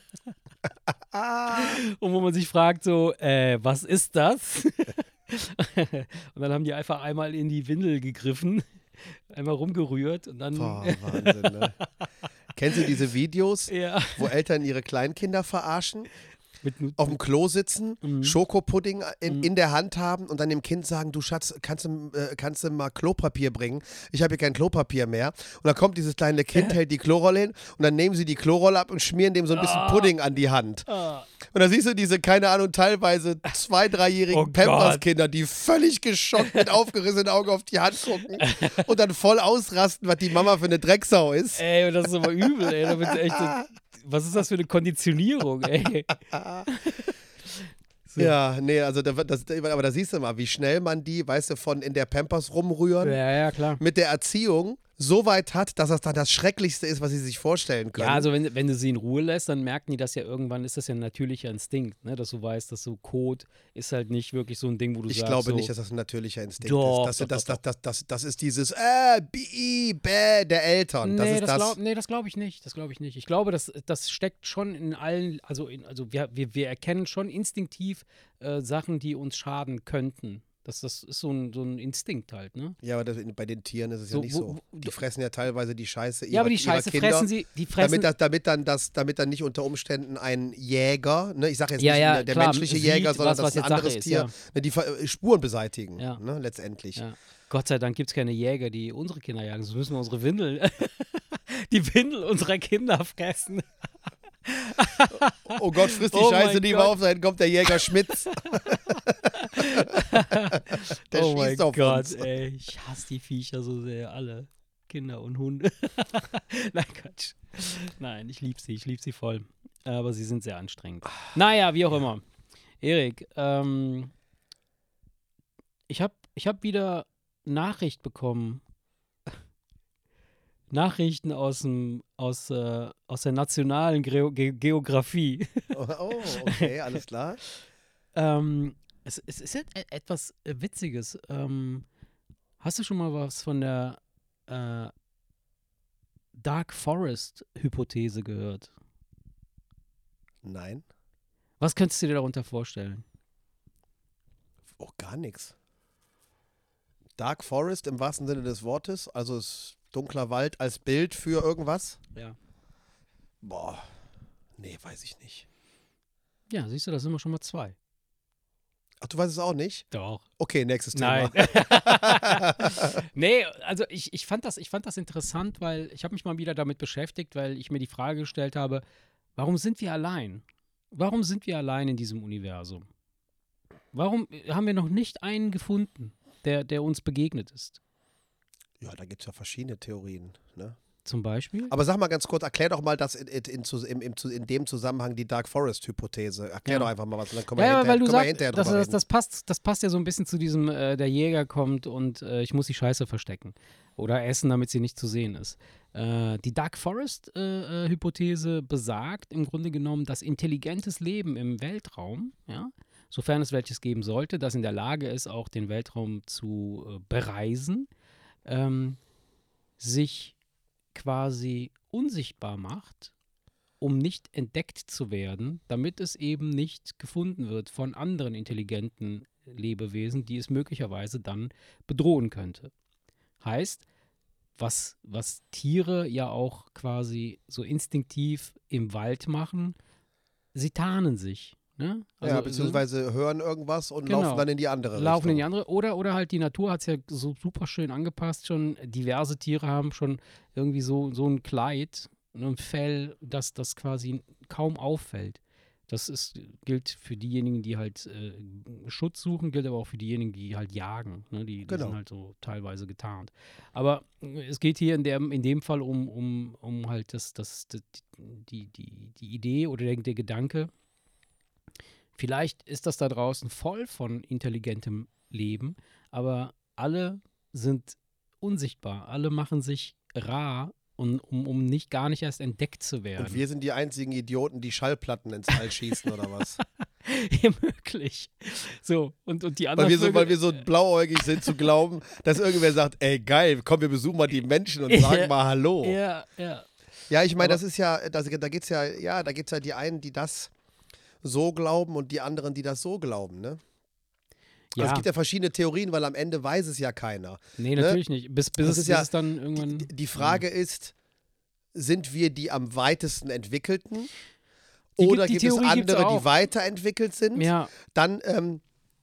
Und wo man sich fragt so, äh, was ist das? Und dann haben die einfach einmal in die Windel gegriffen, einmal rumgerührt und dann Boah, Wahnsinn, ne? Kennst du diese Videos, ja, wo Eltern ihre Kleinkinder verarschen? mit, mit, Auf dem Klo sitzen, Mhm. Schokopudding in, Mhm. in der Hand haben und dann dem Kind sagen, du Schatz, kannst du, äh, kannst du mal Klopapier bringen? Ich habe hier kein Klopapier mehr. Und dann kommt dieses kleine Kind, hält die Klorolle hin und dann nehmen sie die Klorolle ab und schmieren dem so ein bisschen Ah. Pudding an die Hand. ah, Und dann siehst du diese, keine Ahnung, teilweise zwei-, dreijährigen Oh Gott. Pampers-Kinder, die völlig geschockt mit aufgerissenen Augen auf die Hand gucken und dann voll ausrasten, was die Mama für eine Drecksau ist. ey, und das ist aber übel, ey. Da wird's echt so, was ist das für eine Konditionierung, ey? So. Ja, nee, also da, wird das, aber da siehst du mal, wie schnell man die, weißt du, von in der Pampers rumrühren Ja, ja, klar. mit der Erziehung so weit hat, dass das dann das Schrecklichste ist, was sie sich vorstellen können. Ja, also wenn, wenn du sie in Ruhe lässt, dann merken die das ja irgendwann, ist das ja ein natürlicher Instinkt, ne? Dass du weißt, dass so Kot ist halt nicht wirklich so ein Ding, wo du ich sagst, glaube so, nicht, dass das ein natürlicher Instinkt Doch, ist. Das, doch, das, doch, das, das, das, das ist dieses äh, bi, bäh der Eltern. Das Nee, ist das, das. glaub, nee, das glaube ich nicht. Das glaube ich nicht. Ich glaube, das, das steckt schon in allen, also, in, also wir, wir, wir erkennen schon instinktiv äh, Sachen, die uns schaden könnten. Das, das ist so ein, so ein Instinkt halt, ne? Ja, aber das, bei den Tieren ist es So, ja nicht wo- so. wo- Die fressen ja teilweise die Scheiße ihrer, Ja, aber die ihrer Scheiße Kinder, fressen sie, die fressen, damit, das, damit, dann das, damit dann nicht unter Umständen ein Jäger, ne, ich sage jetzt Ja, nicht ja, der, der klar, menschliche sieht, Jäger, sondern was- das was ist ein jetzt Sache anderes ist, Tier, ja. ne, die ver- äh, Spuren beseitigen, Ja. ne, letztendlich. ja. Gott sei Dank gibt es keine Jäger, die unsere Kinder jagen. So müssen wir unsere Windel, die Windel unserer Kinder fressen. Oh Gott, frisst die Oh Scheiße mein nie Gott. mehr auf, dann kommt der Jäger Schmitz. Der oh mein schießt auf Gott, uns. ey, ich hasse die Viecher so sehr, alle. Kinder und Hunde. Nein, Quatsch. Nein, ich liebe sie, ich liebe sie voll. Aber sie sind sehr anstrengend. Naja, wie auch immer. Erik, ähm, ich habe ich hab wieder Nachricht bekommen. Nachrichten aus, dem, aus, äh, aus der nationalen Geo Ge Geografie. Oh, oh, okay, alles klar. Ähm, es, es ist et etwas äh, Witziges. Ähm, hast du schon mal was von der äh, Dark Forest-Hypothese gehört? Nein. Was könntest du dir darunter vorstellen? Oh, gar nichts. Dark Forest im wahrsten Sinne des Wortes, also ist dunkler Wald als Bild für irgendwas? Ja. Boah, nee, weiß ich nicht. Ja, siehst du, da sind wir schon mal zwei. Ach, du weißt es auch nicht? Doch. Okay, nächstes Thema. Nein. Nee, also ich, ich, fand das, ich fand das interessant, weil ich habe mich mal wieder damit beschäftigt, weil ich mir die Frage gestellt habe, warum sind wir allein? Warum sind wir allein in diesem Universum? Warum haben wir noch nicht einen gefunden, der, der uns begegnet ist? Ja, da gibt es ja verschiedene Theorien, ne? Zum Beispiel? Aber sag mal ganz kurz, erklär doch mal das in, in, in, in, in dem Zusammenhang die Dark Forest-Hypothese. Erklär Ja. doch einfach mal was und dann können wir Ja, hinterher, weil du können wir sagst, hinterher das, drüber das, reden. das, passt, das passt ja so ein bisschen zu diesem, äh, der Jäger kommt und äh, ich muss die Scheiße verstecken oder essen, damit sie nicht zu sehen ist. Äh, die Dark Forest-Hypothese besagt im Grunde genommen, dass intelligentes Leben im Weltraum, ja, sofern es welches geben sollte, das in der Lage ist, auch den Weltraum zu äh, bereisen, ähm, sich quasi unsichtbar macht, um nicht entdeckt zu werden, damit es eben nicht gefunden wird von anderen intelligenten Lebewesen, die es möglicherweise dann bedrohen könnte. Heißt, was, was Tiere ja auch quasi so instinktiv im Wald machen, sie tarnen sich. Ne? Also, ja, beziehungsweise hören irgendwas und Genau. laufen dann in die andere Richtung. Laufen in die andere. Oder, oder halt die Natur hat es ja so super schön angepasst. Schon diverse Tiere haben schon irgendwie so, so ein Kleid, ein Fell, das, das quasi kaum auffällt. Das ist, gilt für diejenigen, die halt äh, Schutz suchen, gilt aber auch für diejenigen, die halt jagen. Ne? Die, die Genau. sind halt so teilweise getarnt. Aber äh, es geht hier in, der, in dem Fall um, um, um halt das, das, das, die, die, die Idee oder der, der Gedanke, vielleicht ist das da draußen voll von intelligentem Leben, aber alle sind unsichtbar. Alle machen sich rar, und, um, um nicht gar nicht erst entdeckt zu werden. Und wir sind die einzigen Idioten, die Schallplatten ins All schießen oder was? Ja, möglich. So, und, und die anderen Weil wir, so, Vögel- weil wir so blauäugig sind zu glauben, dass irgendwer sagt, ey geil, komm, wir besuchen mal die Menschen und sagen mal Hallo. Ja, ja. Ja, ich meine, Aber- das ist ja, das, da geht's ja, ja, da gibt's ja die einen, die das so glauben und die anderen, die das so glauben, ne? Ja, Also es gibt ja verschiedene Theorien, weil am Ende weiß es ja keiner. nee, natürlich nicht. Bis, bis, Das es, ist bis ja es dann irgendwann. Die, die Frage ist, sind wir die am weitesten entwickelten? Die gibt- Oder die gibt es Theorie gibt's andere, auch. die weiterentwickelt sind? Ja, Dann ähm,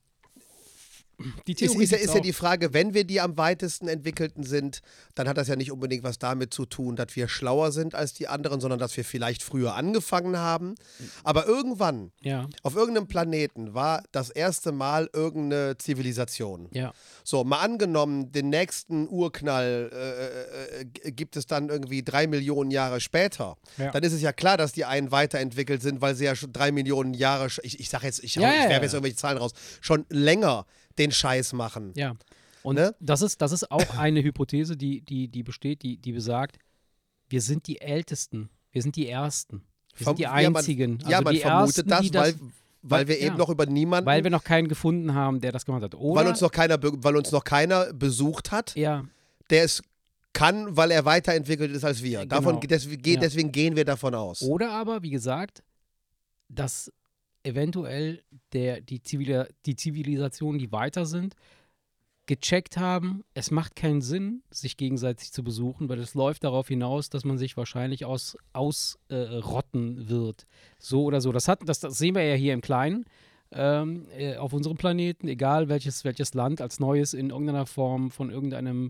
die ist, Theorie ist, ja, gibt's ist ja auch. die Frage, wenn wir die am weitesten entwickelten sind, dann hat das ja nicht unbedingt was damit zu tun, dass wir schlauer sind als die anderen, sondern dass wir vielleicht früher angefangen haben. Aber irgendwann, Ja, auf irgendeinem Planeten, war das erste Mal irgendeine Zivilisation. ja. So, mal angenommen, den nächsten Urknall äh, äh, gibt es dann irgendwie drei Millionen Jahre später. Ja. Dann ist es ja klar, dass die einen weiterentwickelt sind, weil sie ja schon drei Millionen Jahre, sch- ich, ich sag jetzt, ich, hau- Ja, ich ja, werfe jetzt ja. irgendwelche Zahlen raus, schon länger den Scheiß machen. Ja. Und Ne? das, ist, das ist auch eine Hypothese, die, die, die besteht, die, die besagt, wir sind die Ältesten, wir sind die Ersten, wir Verm- sind die ja, man- Einzigen. Ja, also man die vermutet Ersten, das, die weil, das weil wir ja. eben noch über niemanden, weil wir noch keinen gefunden haben, der das gemacht hat. Oder, weil uns noch keiner, be- weil uns noch keiner besucht hat, ja, der es kann, weil er weiterentwickelt ist als wir. Davon, Genau. des, ge- Ja. Deswegen gehen wir davon aus. oder aber, wie gesagt, dass eventuell der, die, Zivil die Zivilisationen, die weiter sind, gecheckt haben, es macht keinen Sinn, sich gegenseitig zu besuchen, weil es läuft darauf hinaus, dass man sich wahrscheinlich aus, ausrotten äh, rotten wird. So oder so. Das, hat, das, das sehen wir ja hier im Kleinen ähm, äh, auf unserem Planeten, egal welches, welches Land als Neues in irgendeiner Form von irgendeinem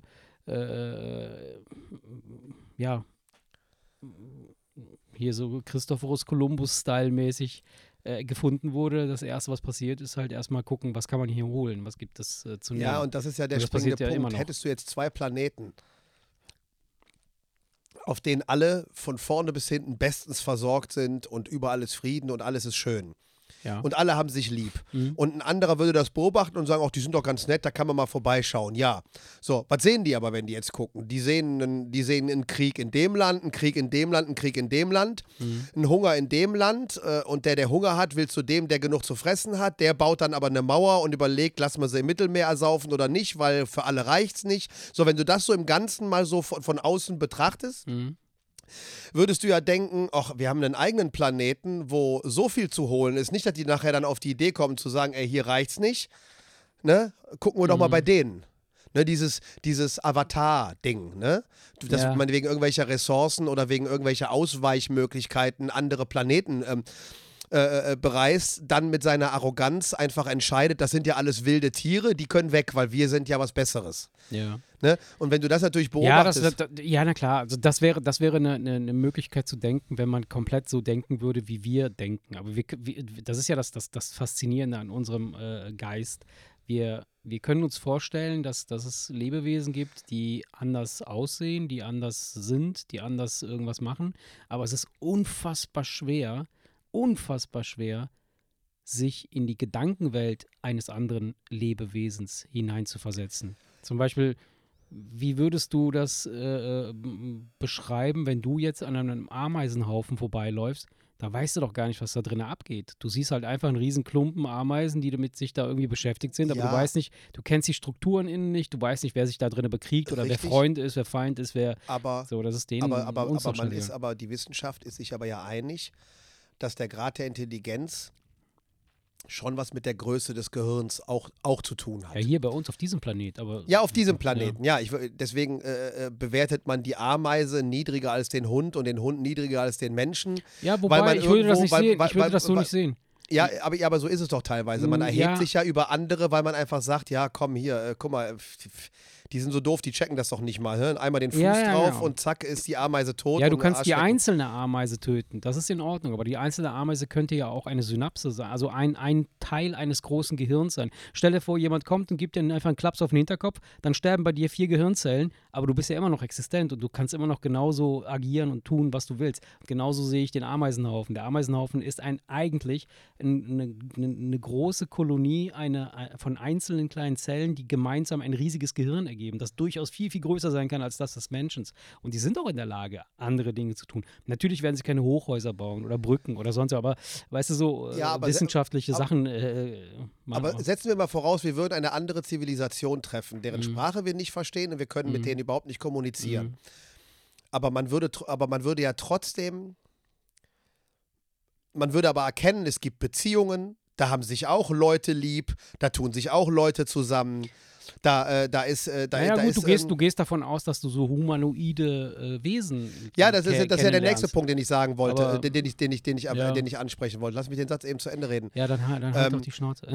äh, ja hier so Christophorus Columbus-Style-mäßig äh, gefunden wurde. Das Erste, was passiert, ist halt erstmal gucken, was kann man hier holen, was gibt es äh, zu nehmen. Ja, und das ist ja der Und das springende passiert ja immer Punkt. noch. Hättest du jetzt zwei Planeten, auf denen alle von vorne bis hinten bestens versorgt sind und überall ist Frieden und alles ist schön. ja. Und alle haben sich lieb. Mhm. Und ein anderer würde das beobachten und sagen, ach, die sind doch ganz nett, da kann man mal vorbeischauen. Ja. So, was sehen die aber, wenn die jetzt gucken? Die sehen einen, die sehen einen Krieg in dem Land, einen Krieg in dem Land, einen Krieg in dem Land, Mhm. einen Hunger in dem Land äh, und der, der Hunger hat, will zu dem, der genug zu fressen hat. Der baut dann aber eine Mauer und überlegt, lassen wir sie im Mittelmeer ersaufen oder nicht, weil für alle reicht's nicht. So, wenn du das so im Ganzen mal so von, von außen betrachtest, Mhm. würdest du ja denken, ach, wir haben einen eigenen Planeten, wo so viel zu holen ist. Nicht, dass die nachher dann auf die Idee kommen zu sagen, ey, hier reicht's nicht. ne? Gucken wir doch mal Mhm. bei denen. Ne, dieses, dieses Avatar-Ding, ne? Dass Ja. man wegen irgendwelcher Ressourcen oder wegen irgendwelcher Ausweichmöglichkeiten andere Planeten ähm, äh, äh, bereist, dann mit seiner Arroganz einfach entscheidet, das sind ja alles wilde Tiere, die können weg, weil wir sind ja was Besseres. Ja. Ne? Und wenn du das natürlich Ja, das, beobachtest, das, ja, na klar. Also das wäre, das wäre eine, eine, eine Möglichkeit zu denken, wenn man komplett so denken würde, wie wir denken. Aber wir, wir, das ist ja das, das, das Faszinierende an unserem äh, Geist. Wir, wir können uns vorstellen, dass, dass es Lebewesen gibt, die anders aussehen, die anders sind, die anders irgendwas machen. Aber es ist unfassbar schwer, unfassbar schwer, sich in die Gedankenwelt eines anderen Lebewesens hineinzuversetzen. Zum Beispiel, wie würdest du das äh, m- beschreiben, wenn du jetzt an einem Ameisenhaufen vorbeiläufst? Da weißt du doch gar nicht, was da drin abgeht. Du siehst halt einfach einen riesen Klumpen Ameisen, die damit sich da irgendwie beschäftigt sind, aber Ja. du weißt nicht, du kennst die Strukturen innen nicht, du weißt nicht, wer sich da drin bekriegt oder Richtig. wer Freund ist, wer Feind ist, wer aber, so, das ist denen aber, aber, uns aber doch man scheißegal. ist aber, die Wissenschaft ist sich aber ja einig, dass der Grad der Intelligenz schon was mit der Größe des Gehirns auch, auch zu tun hat. Ja, hier bei uns auf diesem Planet, aber Ja, auf diesem Planeten, ja. ich, deswegen äh, äh, bewertet man die Ameise niedriger als den Hund und den Hund niedriger als den Menschen. ja, wobei man ich würde das irgendwo- nicht weil- sehen. weil- Ich würde weil- das so weil- nicht sehen. Ja, aber, ja, aber so ist es doch teilweise. Man Mm, erhebt ja. sich ja über andere, weil man einfach sagt, ja, komm hier, äh, guck mal, f- f- die sind so doof, die checken das doch nicht mal. Hä? Einmal den Fuß Ja, ja, drauf genau. und zack ist die Ameise tot. Ja, du und kannst die Arschlecken. einzelne Ameise töten. Das ist in Ordnung. Aber die einzelne Ameise könnte ja auch eine Synapse sein. Also ein, ein Teil eines großen Gehirns sein. Stell dir vor, jemand kommt und gibt dir einfach einen Klaps auf den Hinterkopf. Dann sterben bei dir vier Gehirnzellen. Aber du bist ja immer noch existent und du kannst immer noch genauso agieren und tun, was du willst. Genauso sehe ich den Ameisenhaufen. Der Ameisenhaufen ist ein eigentlich eine, eine, eine große Kolonie eine, von einzelnen kleinen Zellen, die gemeinsam ein riesiges Gehirn ergeben, das durchaus viel, viel größer sein kann als das des Menschen. Und die sind auch in der Lage, andere Dinge zu tun. Natürlich werden sie keine Hochhäuser bauen oder Brücken oder sonst, aber weißt du, so äh, Ja, aber se- wissenschaftliche aber- Sachen äh, machen Aber auch. setzen wir mal voraus, wir würden eine andere Zivilisation treffen, deren Mhm. Sprache wir nicht verstehen und wir können mit Mhm. denen überhaupt nicht kommunizieren. Mhm. Aber man würde, tr- aber man würde ja trotzdem, man würde aber erkennen, es gibt Beziehungen, da haben sich auch Leute lieb, da tun sich auch Leute zusammen, da, äh, da ist, äh, da, naja, da gut, ist, du gehst, ähm, du gehst davon aus, dass du so humanoide äh, Wesen ja, das ist, ke- das ist ja der nächste kennenlernst. Punkt, den ich sagen wollte, Aber- äh, den, den, ich, den, ich, den, ich, äh, Ja. den ich ansprechen wollte. Lass mich den Satz eben zu Ende reden. Ja, dann, ha- dann halt Ähm, doch die Schnauze.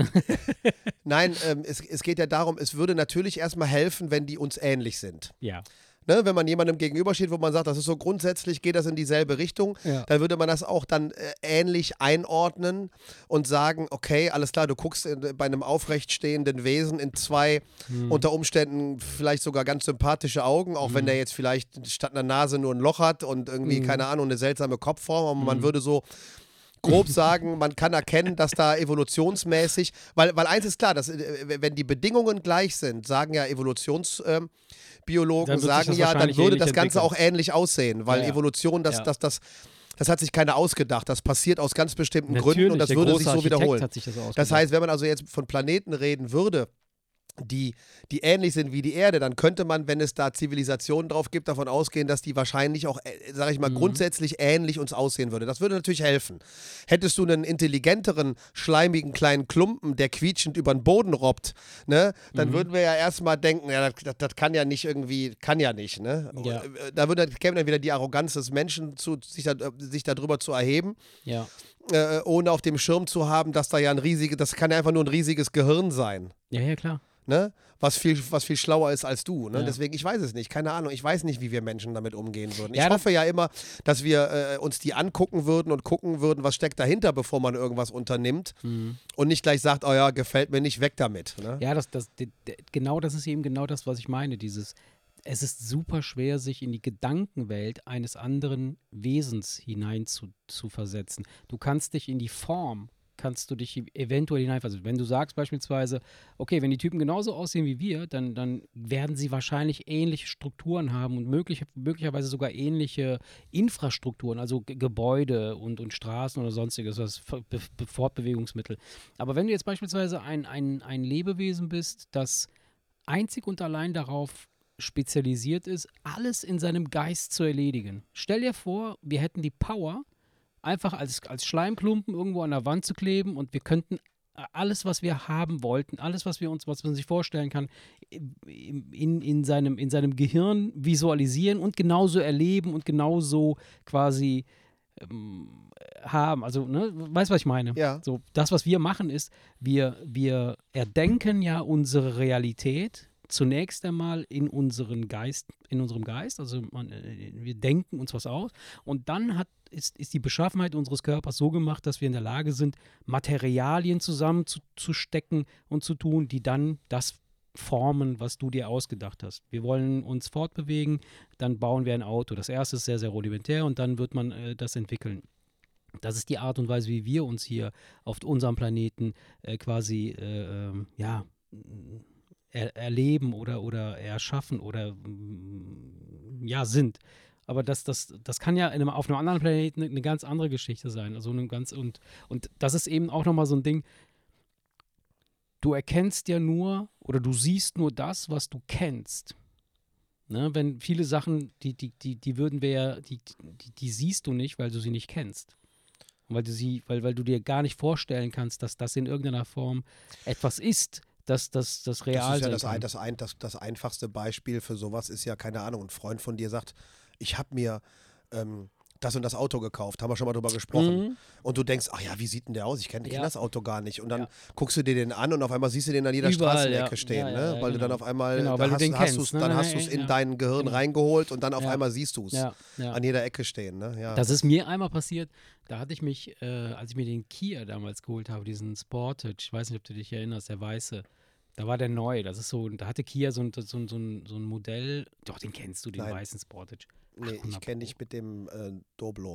Nein, ähm, es, es geht ja darum, es würde natürlich erstmal helfen, wenn die uns ähnlich sind. ja. Ne, wenn man jemandem gegenübersteht, wo man sagt, das ist so grundsätzlich, geht das in dieselbe Richtung, Ja. dann würde man das auch dann äh, ähnlich einordnen und sagen, okay, alles klar, du guckst in, bei einem aufrecht stehenden Wesen in zwei Hm. unter Umständen vielleicht sogar ganz sympathische Augen, auch wenn der jetzt vielleicht statt einer Nase nur ein Loch hat und irgendwie, Mhm. keine Ahnung, eine seltsame Kopfform, aber man Mhm. würde so grob sagen, man kann erkennen, dass da evolutionsmäßig, weil, weil eins ist klar, dass, äh, wenn die Bedingungen gleich sind, sagen ja Evolutionsbiologen, Dann wird sich sagen das ja, dann wahrscheinlich würde ähnlich das Ganze entwickeln. auch ähnlich aussehen, weil Ja, ja. Evolution, das, Ja. das, das, das hat sich keiner ausgedacht, das passiert aus ganz bestimmten Natürlich, Gründen und das der würde große sich so Architekt wiederholen. Hat sich das, ausgedacht. Das heißt, wenn man also jetzt von Planeten reden würde, die, die ähnlich sind wie die Erde, dann könnte man, wenn es da Zivilisationen drauf gibt, davon ausgehen, dass die wahrscheinlich auch, äh, sage ich mal, Mhm. grundsätzlich ähnlich uns aussehen würde. Das würde natürlich helfen. Hättest du einen intelligenteren, schleimigen kleinen Klumpen, der quietschend über den Boden robbt, ne, dann Mhm. würden wir ja erstmal denken, ja, das, das, das kann ja nicht irgendwie, kann ja nicht, ne? Ja. Äh, Da würde, käme dann wieder die Arroganz des Menschen zu, sich, da, sich darüber zu erheben. ja. Äh, ohne auf dem Schirm zu haben, dass da ja ein riesiges, das kann ja einfach nur ein riesiges Gehirn sein, ja, ja, klar. ne? Was viel, was viel schlauer ist als du, ne? Ja. Deswegen, ich weiß es nicht, keine Ahnung, ich weiß nicht, wie wir Menschen damit umgehen würden. Ja, ich das- hoffe ja immer, dass wir äh, uns die angucken würden und gucken würden, was steckt dahinter, bevor man irgendwas unternimmt Mhm. und nicht gleich sagt, oh ja, gefällt mir nicht, weg damit, ne? Ja, das, das, d- d- genau das ist eben genau das, was ich meine. Dieses, es ist super schwer, sich in die Gedankenwelt eines anderen Wesens hinein zu, zu versetzen. Du kannst dich in die Form, kannst du dich e- eventuell hineinversetzen. Wenn du sagst beispielsweise, okay, wenn die Typen genauso aussehen wie wir, dann, dann werden sie wahrscheinlich ähnliche Strukturen haben und möglich, möglicherweise sogar ähnliche Infrastrukturen, also G Gebäude und, und Straßen oder sonstiges, was Ver- Be Be Fortbewegungsmittel. Aber wenn du jetzt beispielsweise ein, ein, ein Lebewesen bist, das einzig und allein darauf spezialisiert ist, alles in seinem Geist zu erledigen. Stell dir vor, wir hätten die Power, einfach als, als Schleimklumpen irgendwo an der Wand zu kleben und wir könnten alles, was wir haben wollten, alles, was wir uns, was man sich vorstellen kann, in, in, seinem, in seinem Gehirn visualisieren und genauso erleben und genauso quasi ähm, haben. Also, ne, weißt du, was ich meine? Ja. So, das, was wir machen, ist, wir, wir erdenken ja unsere Realität zunächst einmal in unseren Geist, in unserem Geist, also man, wir denken uns was aus und dann hat, ist, ist die Beschaffenheit unseres Körpers so gemacht, dass wir in der Lage sind, Materialien zusammenzustecken und zu tun, die dann das formen, was du dir ausgedacht hast. Wir wollen uns fortbewegen, dann bauen wir ein Auto. Das erste ist sehr, sehr rudimentär und dann wird man äh, das entwickeln. Das ist die Art und Weise, wie wir uns hier auf unserem Planeten äh, quasi, äh, ähm, ja, Er, erleben oder, oder erschaffen oder mm, ja, sind. Aber das, das, das kann ja in einem, auf einem anderen Planeten eine, eine ganz andere Geschichte sein. Also eine ganz, und, und das ist eben auch nochmal so ein Ding, du erkennst ja nur oder du siehst nur das, was du kennst. Ne? Wenn viele Sachen, die, die, die, die würden wir ja, die, die, die siehst du nicht, weil du sie nicht kennst. Weil du sie, weil, weil du dir gar nicht vorstellen kannst, dass das in irgendeiner Form etwas ist, dass das, das real Das ist ja sein das, kann. ein, das, ein, das, das einfachste Beispiel für sowas ist ja, keine Ahnung, ein Freund von dir sagt, ich habe mir ähm, das und das Auto gekauft, haben wir schon mal drüber gesprochen. Mhm. Und du denkst, ach ja, wie sieht denn der aus? Ich kenne Ja. kenn das Auto gar nicht. Und dann Ja. guckst du dir den an und auf einmal siehst du den an jeder Überall, Straßenecke ja. stehen, Ja, ne? ja, ja, Weil du dann genau. auf einmal, Genau, da weil du hast, den hast kennst, du's, ne? dann Ja, hast ja, du es in ja. dein Gehirn Genau. reingeholt und dann auf Ja. einmal siehst du es Ja, ja. an jeder Ecke stehen, ne? Ja. Das ist mir einmal passiert, da hatte ich mich, äh, als ich mir den Kia damals geholt habe, diesen Sportage, ich weiß nicht, ob du dich erinnerst, der weiße, da war der neu, das ist so, da hatte Kia so ein, so ein, so ein, so ein Modell, doch, den kennst du, den Nein. weißen Sportage. Nee, ich hundert kenne Pro. dich mit dem äh, Doblo.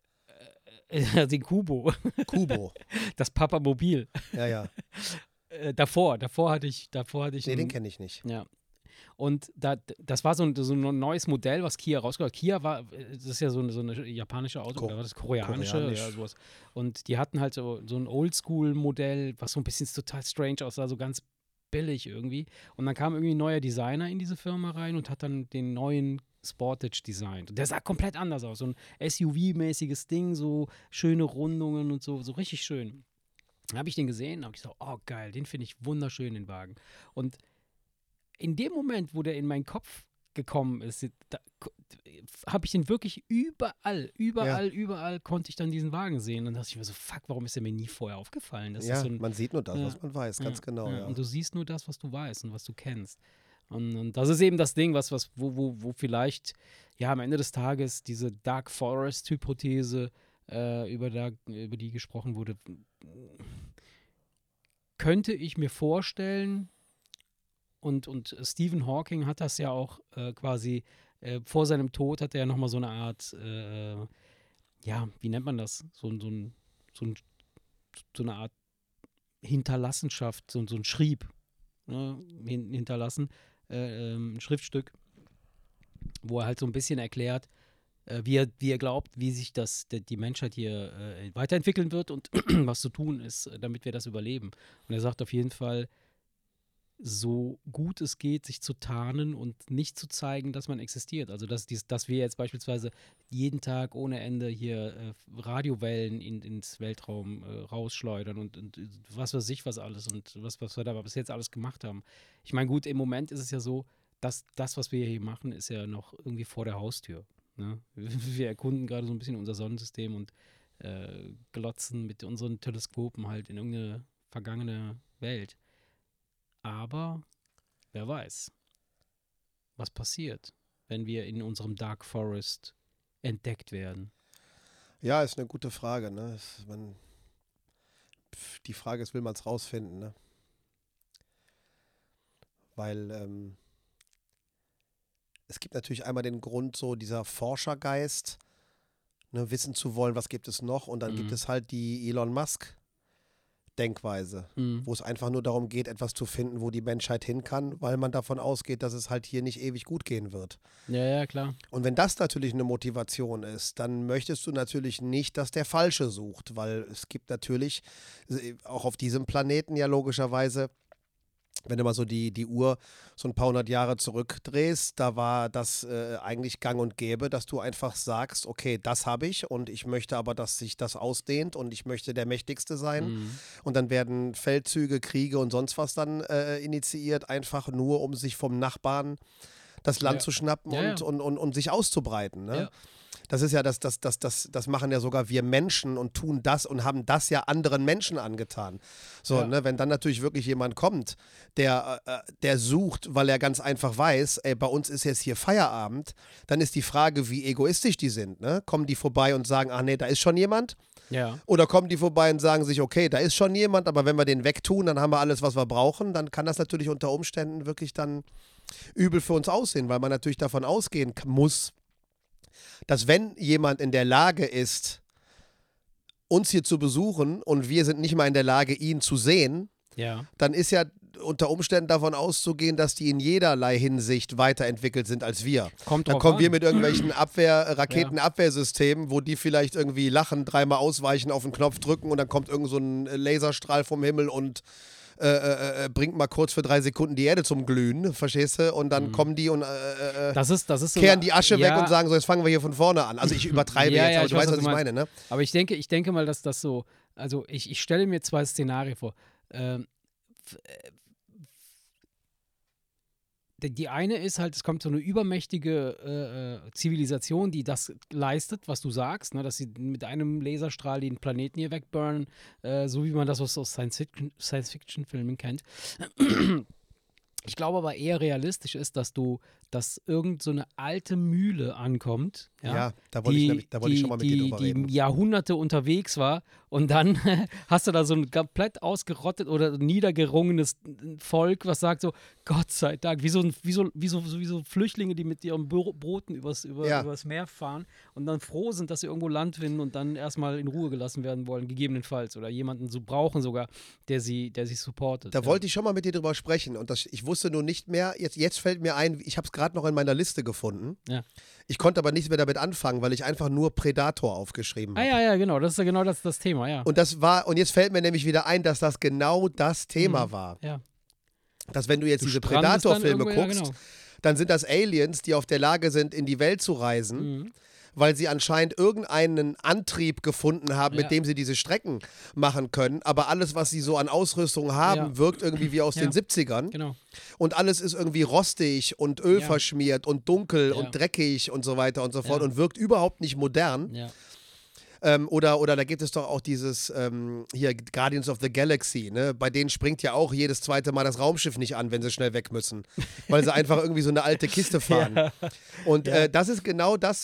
Äh, den Kubo, Kubo. das Papamobil. Ja, ja. Äh, davor, davor hatte ich, davor hatte ich Nee, ein, den kenne ich nicht. ja. Und da, das war so ein, so ein neues Modell, was Kia rausgebracht hat. Kia war, das ist ja so eine, so eine japanische Auto, Ko- oder war das koreanische? koreanisch. Ja, sowas. Und die hatten halt so, so ein Oldschool-Modell, was so ein bisschen total strange aussah, so ganz billig irgendwie. Und dann kam irgendwie ein neuer Designer in diese Firma rein und hat dann den neuen Sportage designt. Und der sah komplett anders aus. So ein S U V-mäßiges Ding, so schöne Rundungen und so, so richtig schön. Dann habe ich den gesehen, habe ich gesagt, oh geil, den finde ich wunderschön, den Wagen. Und in dem Moment, wo der in meinen Kopf gekommen ist, habe ich den wirklich überall, überall, Ja. überall konnte ich dann diesen Wagen sehen. Und dann dachte ich mir so, fuck, warum ist der mir nie vorher aufgefallen? Das Ja, ist so ein, man sieht nur das, ja, was man weiß, ganz genau. Ja. Und du siehst nur das, was du weißt und was du kennst. Und, und das ist eben das Ding, was, was, wo, wo, wo vielleicht ja am Ende des Tages diese Dark Forest-Hypothese, äh, über, da, über die gesprochen wurde, könnte ich mir vorstellen, und, und Stephen Hawking hat das ja auch äh, quasi äh, vor seinem Tod hat er ja nochmal so eine Art, äh, ja, wie nennt man das? So, so, ein, so, ein, so eine Art Hinterlassenschaft, so, so ein Schrieb ne, hin, hinterlassen, äh, ähm, ein Schriftstück, wo er halt so ein bisschen erklärt, äh, wie, er, wie er glaubt, wie sich das, die, die Menschheit hier äh, weiterentwickeln wird und was zu tun ist, damit wir das überleben. Und er sagt auf jeden Fall, so gut es geht, sich zu tarnen und nicht zu zeigen, dass man existiert. Also dass, dies, dass wir jetzt beispielsweise jeden Tag ohne Ende hier äh, Radiowellen in, ins Weltraum äh, rausschleudern und, und was weiß ich was alles und was, was wir da bis jetzt alles gemacht haben. Ich meine, gut, im Moment ist es ja so, dass das, was wir hier machen, ist ja noch irgendwie vor der Haustür. Ne? Wir erkunden gerade so ein bisschen unser Sonnensystem und äh, glotzen mit unseren Teleskopen halt in irgendeine vergangene Welt. Aber wer weiß, was passiert, wenn wir in unserem Dark Forest entdeckt werden. Ja, ist eine gute Frage. Ne? Es, man, pf, die Frage ist, will man es rausfinden? Ne? Weil ähm, es gibt natürlich einmal den Grund, so dieser Forschergeist, ne, wissen zu wollen, was gibt es noch. Und dann Mhm. gibt es halt die Elon Musk Denkweise, Mhm. wo es einfach nur darum geht, etwas zu finden, wo die Menschheit hin kann, weil man davon ausgeht, dass es halt hier nicht ewig gut gehen wird. Ja, ja, klar. Und wenn das natürlich eine Motivation ist, dann möchtest du natürlich nicht, dass der Falsche sucht, weil es gibt natürlich äh, auch auf diesem Planeten ja logischerweise wenn du mal so die, die Uhr so ein paar hundert Jahre zurückdrehst, da war das äh, eigentlich gang und gäbe, dass du einfach sagst, okay, das habe ich und ich möchte aber, dass sich das ausdehnt und ich möchte der Mächtigste sein. Mhm. Und dann werden Feldzüge, Kriege und sonst was dann äh, initiiert, einfach nur, um sich vom Nachbarn das Land Ja. zu schnappen Ja, ja. und, Und, und, und sich auszubreiten. Ne? Ja. Das ist ja das, das, das, das, das machen ja sogar wir Menschen und tun das und haben das ja anderen Menschen angetan. So, Ja. ne, wenn dann natürlich wirklich jemand kommt, der, äh, der sucht, weil er ganz einfach weiß, ey, bei uns ist jetzt hier Feierabend, dann ist die Frage, wie egoistisch die sind. Ne? Kommen die vorbei und sagen, ach nee, da ist schon jemand? Ja. Oder kommen die vorbei und sagen sich, okay, da ist schon jemand, aber wenn wir den wegtun, dann haben wir alles, was wir brauchen, dann kann das natürlich unter Umständen wirklich dann übel für uns aussehen, weil man natürlich davon ausgehen k- muss, dass wenn jemand in der Lage ist, uns hier zu besuchen und wir sind nicht mal in der Lage, ihn zu sehen, Ja. dann ist ja unter Umständen davon auszugehen, dass die in jederlei Hinsicht weiterentwickelt sind als wir. Kommt Dann drauf kommen an. wir mit irgendwelchen Abwehr, Raketenabwehrsystemen, wo die vielleicht irgendwie lachen, dreimal ausweichen, auf den Knopf drücken und dann kommt irgend so ein Laserstrahl vom Himmel und äh, äh, äh, bringt mal kurz für drei Sekunden die Erde zum Glühen, verstehst du? Und dann Mhm. kommen die und äh, äh, Das ist, das ist so kehren eine- die Asche ja, weg und sagen so, jetzt fangen wir hier von vorne an. Also ich übertreibe Ja, jetzt, ja, aber ich du weiß, weißt, was was du ich meinst. meine, ne? Aber ich denke, ich denke mal, dass das so, also ich, ich stelle mir zwei Szenarien vor. Ähm, f- äh, die die eine ist halt, es kommt so eine übermächtige äh, äh, Zivilisation, die das leistet, was du sagst, ne, dass sie mit einem Laserstrahl den Planeten hier wegburnen, äh, so wie man das aus, aus Science-Fiction- Science-Fiction-Filmen kennt. Ich glaube aber eher realistisch ist, dass du, dass irgend so eine alte Mühle ankommt, ja, Ja, da wollte ich, die, nämlich- da wollte ich die, schon mal mit die, dir drüber die reden. Jahrhunderte unterwegs war und dann hast du da so ein komplett ausgerottet oder niedergerungenes Volk, was sagt so, Gott sei Dank, wie so, ein- wie so, wie so, so, wie so Flüchtlinge, die mit ihren Bro- Booten übers, über, Ja. übers Meer fahren und dann froh sind, dass sie irgendwo Land finden und dann erstmal in Ruhe gelassen werden wollen, gegebenenfalls, oder jemanden so brauchen sogar, der sie, der sie supportet. Da ja. wollte ich schon mal mit dir drüber sprechen und das, ich wusste nur nicht mehr, jetzt, jetzt fällt mir ein, ich habe es gerade noch in meiner Liste gefunden. Ja. Ich konnte aber nichts mehr damit anfangen, weil ich einfach nur Predator aufgeschrieben Ah habe. ja, ja, genau, das ist ja genau das, das Thema, ja. Und das war, und jetzt fällt mir nämlich wieder ein, dass das genau das Thema Mhm. war. Ja. Dass wenn du jetzt Du diese strandest dann Predator-Filme irgendwo, ja, guckst, genau. dann sind das Aliens, die auf der Lage sind, in die Welt zu reisen, Mhm. weil sie anscheinend irgendeinen Antrieb gefunden haben, Ja. mit dem sie diese Strecken machen können. Aber alles, was sie so an Ausrüstung haben, Ja. wirkt irgendwie wie aus Ja. den siebzigern. Genau. Und alles ist irgendwie rostig und Öl Ja. verschmiert und dunkel Ja. und dreckig und so weiter und so fort Ja. und wirkt überhaupt nicht modern. Ja. Ähm, oder, oder da gibt es doch auch dieses, ähm, hier, Guardians of the Galaxy, ne? Bei denen springt ja auch jedes zweite Mal das Raumschiff nicht an, wenn sie schnell weg müssen. Weil sie einfach irgendwie so eine alte Kiste fahren. Ja. Und Ja. äh, das ist genau das,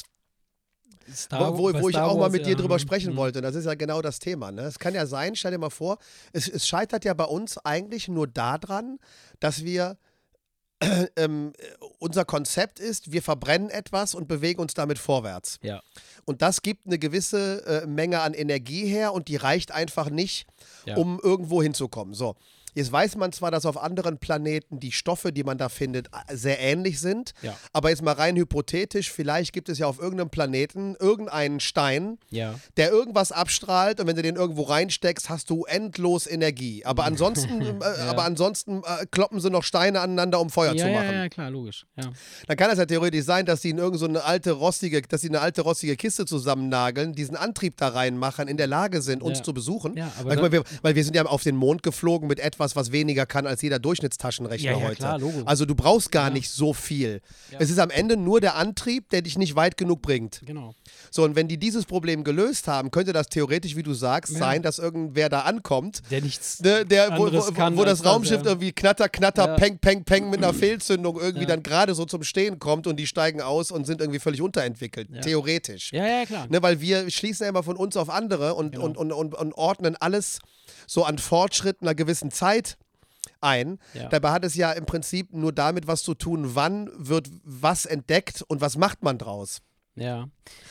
Star, wo, bei wo ich Star auch mal Wars, mit dir ja. drüber sprechen Mhm. wollte. Das ist ja genau das Thema. Ne? Es kann ja sein, stell dir mal vor, es, es scheitert ja bei uns eigentlich nur daran, dass wir ähm, unser Konzept ist, wir verbrennen etwas und bewegen uns damit vorwärts. Ja. Und das gibt eine gewisse äh, Menge an Energie her und die reicht einfach nicht, Ja. um irgendwo hinzukommen. So. Jetzt weiß man zwar, dass auf anderen Planeten die Stoffe, die man da findet, sehr ähnlich sind, Ja. aber jetzt mal rein hypothetisch, vielleicht gibt es ja auf irgendeinem Planeten irgendeinen Stein, Ja. der irgendwas abstrahlt und wenn du den irgendwo reinsteckst, hast du endlos Energie. Aber ansonsten, äh, Ja. aber ansonsten äh, kloppen sie noch Steine aneinander, um Feuer Ja, zu ja, machen. ja, klar, logisch. Ja. Dann kann es ja theoretisch sein, dass sie in irgend so eine alte rostige, dass sie eine alte rostige Kiste zusammennageln, diesen Antrieb da reinmachen, in der Lage sind, uns Ja. zu besuchen. Ja, aber weil, dann- weil, wir, weil wir sind ja auf den Mond geflogen mit etwas, was weniger kann als jeder Durchschnittstaschenrechner Ja, ja, heute. klar, Logo. Also du brauchst gar Ja. nicht so viel. Ja. Es ist am Ende nur der Antrieb, der dich nicht weit genug bringt. Genau. So, und wenn die dieses Problem gelöst haben, könnte das theoretisch, wie du sagst, Ja. sein, dass irgendwer da ankommt, Der nichts. ne, der, wo, anderes wo, kann wo als das Raumschiff das, ja. irgendwie knatter, knatter, Ja. peng, peng, peng mit einer Fehlzündung irgendwie Ja. dann gerade so zum Stehen kommt und die steigen aus und sind irgendwie völlig unterentwickelt. Ja. Theoretisch. Ja, ja, klar. Ne, weil wir schließen ja immer von uns auf andere und, Genau. und, und, und, und ordnen alles so an Fortschritt einer gewissen Zeit ein. Ja. Dabei hat es ja im Prinzip nur damit was zu tun, wann wird was entdeckt und was macht man draus. Ja.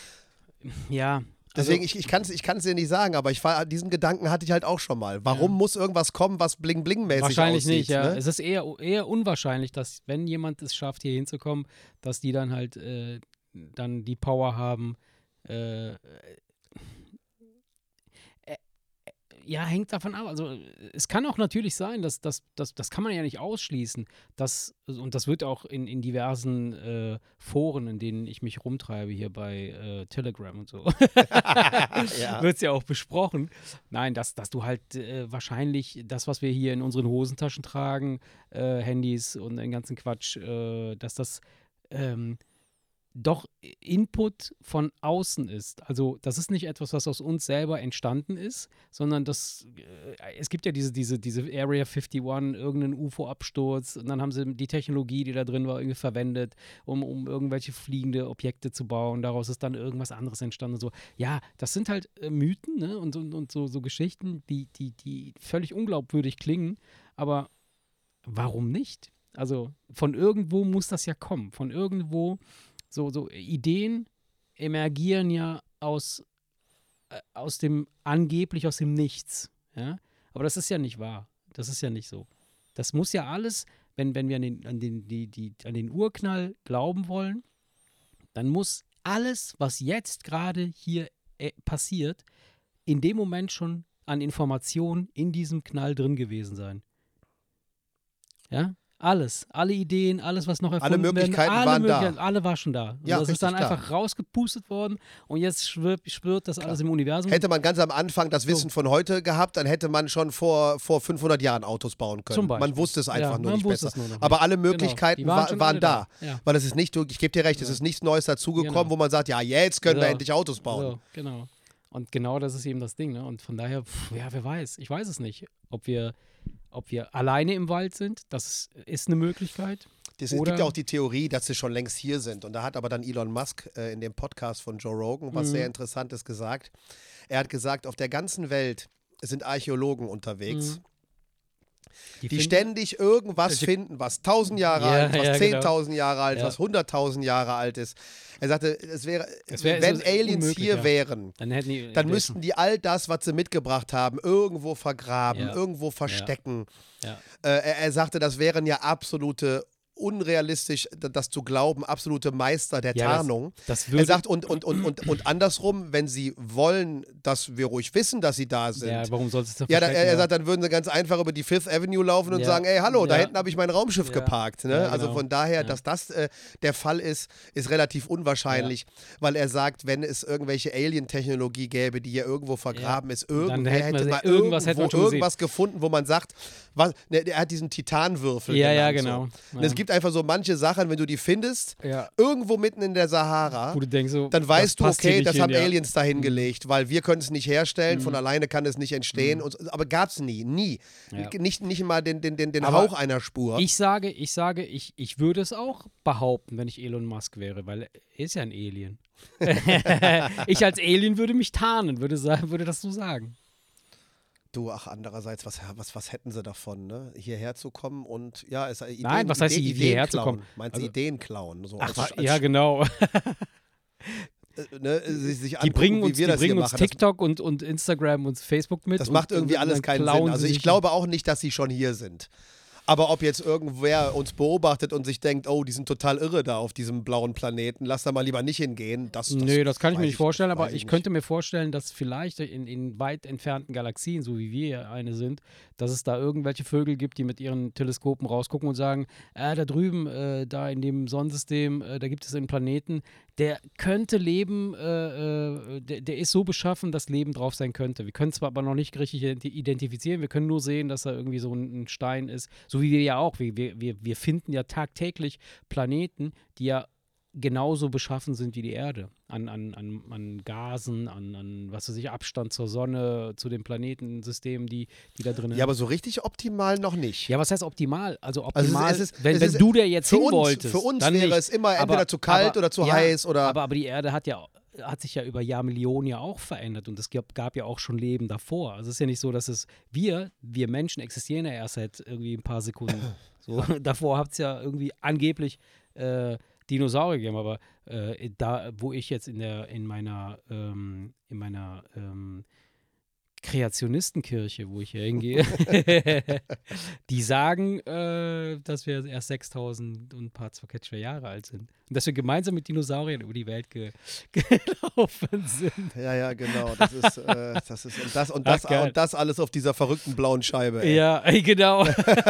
Ja. Deswegen, also, ich, ich kann es ich kann's dir nicht sagen, aber ich war, diesen Gedanken hatte ich halt auch schon mal. Warum Ja. muss irgendwas kommen, was bling-bling-mäßig aussieht? wahrscheinlich nicht, ja. Ne? Es ist eher, eher unwahrscheinlich, dass, wenn jemand es schafft, hier hinzukommen, dass die dann halt äh, dann die Power haben, äh, äh, Ja, hängt davon ab. Also es kann auch natürlich sein, dass das, das, das kann man ja nicht ausschließen, dass, und das wird auch in, in diversen äh, Foren, in denen ich mich rumtreibe, hier bei äh, Telegram und so, Ja. wird es ja auch besprochen. Nein, dass, dass du halt äh, wahrscheinlich das, was wir hier in unseren Hosentaschen tragen, äh, Handys und den ganzen Quatsch, äh, dass das ähm, doch Input von außen ist. Also das ist nicht etwas, was aus uns selber entstanden ist, sondern das, äh, es gibt ja diese, diese, diese Area einundfünfzig, irgendeinen U F O-Absturz und dann haben sie die Technologie, die da drin war, irgendwie verwendet, um, um irgendwelche fliegende Objekte zu bauen. Daraus ist dann irgendwas anderes entstanden und so. Ja, das sind halt äh, Mythen, ne? und, und, und so, so Geschichten, die, die, die völlig unglaubwürdig klingen, aber warum nicht? Also von irgendwo muss das ja kommen. Von irgendwo So, so Ideen emergieren ja aus, äh, aus dem, angeblich aus dem Nichts. Ja? Aber das ist ja nicht wahr. Das ist ja nicht so. Das muss ja alles, wenn, wenn wir an den, an, den, die, die, an den Urknall glauben wollen, dann muss alles, was jetzt gerade hier äh, passiert, in dem Moment schon an Informationen in diesem Knall drin gewesen sein. Ja? Alles, alle Ideen, alles, was noch erfunden Alle Möglichkeiten werden, alle waren da. Möglichkeiten, alle war schon da. Und Ja, das ist richtig, dann klar. einfach rausgepustet worden und jetzt schwirrt, schwirrt das alles im Universum. Hätte man ganz am Anfang das Wissen von heute gehabt, dann hätte man schon vor, vor fünfhundert Jahren Autos bauen können. Zum Beispiel. Man wusste es einfach Ja, nur man nicht wusste besser. es nur noch nicht. Aber alle Genau. Möglichkeiten Die waren wa- schon waren alle da. da. Ja. Weil es ist nicht, ich gebe dir recht, es Ja. ist nichts Neues dazugekommen, Genau. wo man sagt, ja, jetzt können wir So. endlich Autos bauen. So, genau. Und genau das ist eben das Ding. Ne? Und von daher, pff, ja, wer weiß. Ich weiß es nicht, ob wir, ob wir alleine im Wald sind. Das ist eine Möglichkeit. Das, es Oder- gibt ja auch die Theorie, dass sie schon längst hier sind. Und da hat aber dann Elon Musk äh, in dem Podcast von Joe Rogan was Mhm. sehr Interessantes gesagt. Er hat gesagt, auf der ganzen Welt sind Archäologen unterwegs, Mhm. die finden- ständig irgendwas Also- finden, was tausend Jahre Ja, alt, was ja, genau. zehntausend Jahre alt, Ja. was hunderttausend Jahre alt ist. Er sagte, es wäre, Es wär- wenn es ist Aliens unmöglich, hier ja. wären, Dann hätten die. dann müssten die all das, was sie mitgebracht haben, irgendwo vergraben, Ja. irgendwo verstecken. Ja. Äh, er, er sagte, das wären ja absolute unrealistisch, d- das zu glauben, absolute Meister der Ja, das- Tarnung. Das Er würde. sagt, und, und, und, und, und andersrum, wenn sie wollen, dass wir ruhig wissen, dass sie da sind. ja, warum sollst du es Ja, da, er, er sagt, dann würden sie ganz einfach über die Fifth Avenue laufen und Ja. sagen, ey, hallo, da Ja. hinten habe ich mein Raumschiff Ja. geparkt. Ne? Ja, Also genau. von daher, Ja. dass das äh, der Fall ist, ist relativ unwahrscheinlich, weil er sagt, wenn es irgendwelche Alien-Technologie gäbe, die hier irgendwo vergraben ist, irgendwer hätten wir hätte sie- mal irgendwas hätte irgendwo man schon gesehen. irgendwas gefunden, wo man sagt, was, ne, er hat diesen Titanwürfel Ja, ja, genannt, genau. So. Und Ja. es gibt einfach so manche Sachen, wenn du die findest, Ja. irgendwo mitten in der Sahara, Wo du denkst, so, dann weißt du, passt hier okay, nicht das hin, haben ja. Aliens da hingelegt, weil wir können es nicht herstellen, von Mhm. alleine kann es nicht entstehen. Mhm. Und, so- aber gab es nie, nie. Ja. Nicht, nicht mal den, den, den, den Aber Hauch einer Spur. Ich sage, ich sage, ich, ich würde es auch behaupten, wenn ich Elon Musk wäre, weil er ist ja ein Alien. Ich als Alien würde mich tarnen, würde, sa- würde das so sagen. Du, ach, andererseits, was, was, was hätten sie davon, ne? Hierher zu kommen und, ja, es, Ideen, Nein, was heißt Ideen, hierher Ideen zu klauen. kommen? Meinst du Also- Ideen klauen? So Ach, als, wa- als, ja, genau. äh, ne, sich, sich Die angucken, bringen wie uns, wir die das hier bringen uns machen. Das, TikTok und, und Instagram und Facebook mit. das und, macht irgendwie und alles dann keinen klauen Sinn. sie Also ich sich- glaube auch nicht, dass sie schon hier sind. Aber ob jetzt irgendwer uns beobachtet und sich denkt, oh, die sind total irre da auf diesem blauen Planeten, lass da mal lieber nicht hingehen. Das, das Nö, das kann ich weiß mir nicht vorstellen, das aber weiß ich nicht. könnte mir vorstellen, dass vielleicht in, in weit entfernten Galaxien, so wie wir ja eine sind, dass es da irgendwelche Vögel gibt, die mit ihren Teleskopen rausgucken und sagen, äh, da drüben, äh, da in dem Sonnensystem, äh, da gibt es einen Planeten, der könnte leben, äh, äh, der, der ist so beschaffen, dass Leben drauf sein könnte. Wir können zwar aber noch nicht richtig identi- identifizieren, wir können nur sehen, dass da irgendwie so ein, ein Stein ist, so wie wir ja auch. Wir, wir, wir, wir finden ja tagtäglich Planeten, die ja genauso beschaffen sind wie die Erde. An, an, an, an Gasen, an, an, was weiß ich, Abstand zur Sonne, zu den Planetensystemen, die, die da drin sind. Ja, aber so richtig optimal noch nicht. Ja, was heißt optimal? Also Also es ist- optimal, es ist- wenn, es wenn ist- du da jetzt für hin uns, wolltest. für uns dann wäre nicht. es immer entweder Aber- zu kalt aber- oder zu ja, heiß oder. Aber, aber die Erde hat ja hat sich ja über Jahrmillionen ja auch verändert und es gab, gab ja auch schon Leben davor. Also es ist ja nicht so, dass es wir, wir Menschen existieren ja erst seit irgendwie ein paar Sekunden. So, davor habt es ja irgendwie angeblich äh, Dinosaurier gegeben, aber äh, da, wo ich jetzt in der in meiner ähm, in meiner ähm, Kreationistenkirche, wo ich hier hingehe, die sagen, äh, dass wir erst sechstausend und ein paar zerquetschte Jahre alt sind. Und dass wir gemeinsam mit Dinosauriern über die Welt ge gelaufen sind. Ja, ja, genau. Das ist, äh, das ist und das und das, Ach, und das alles auf dieser verrückten blauen Scheibe. Ey. Ja, genau.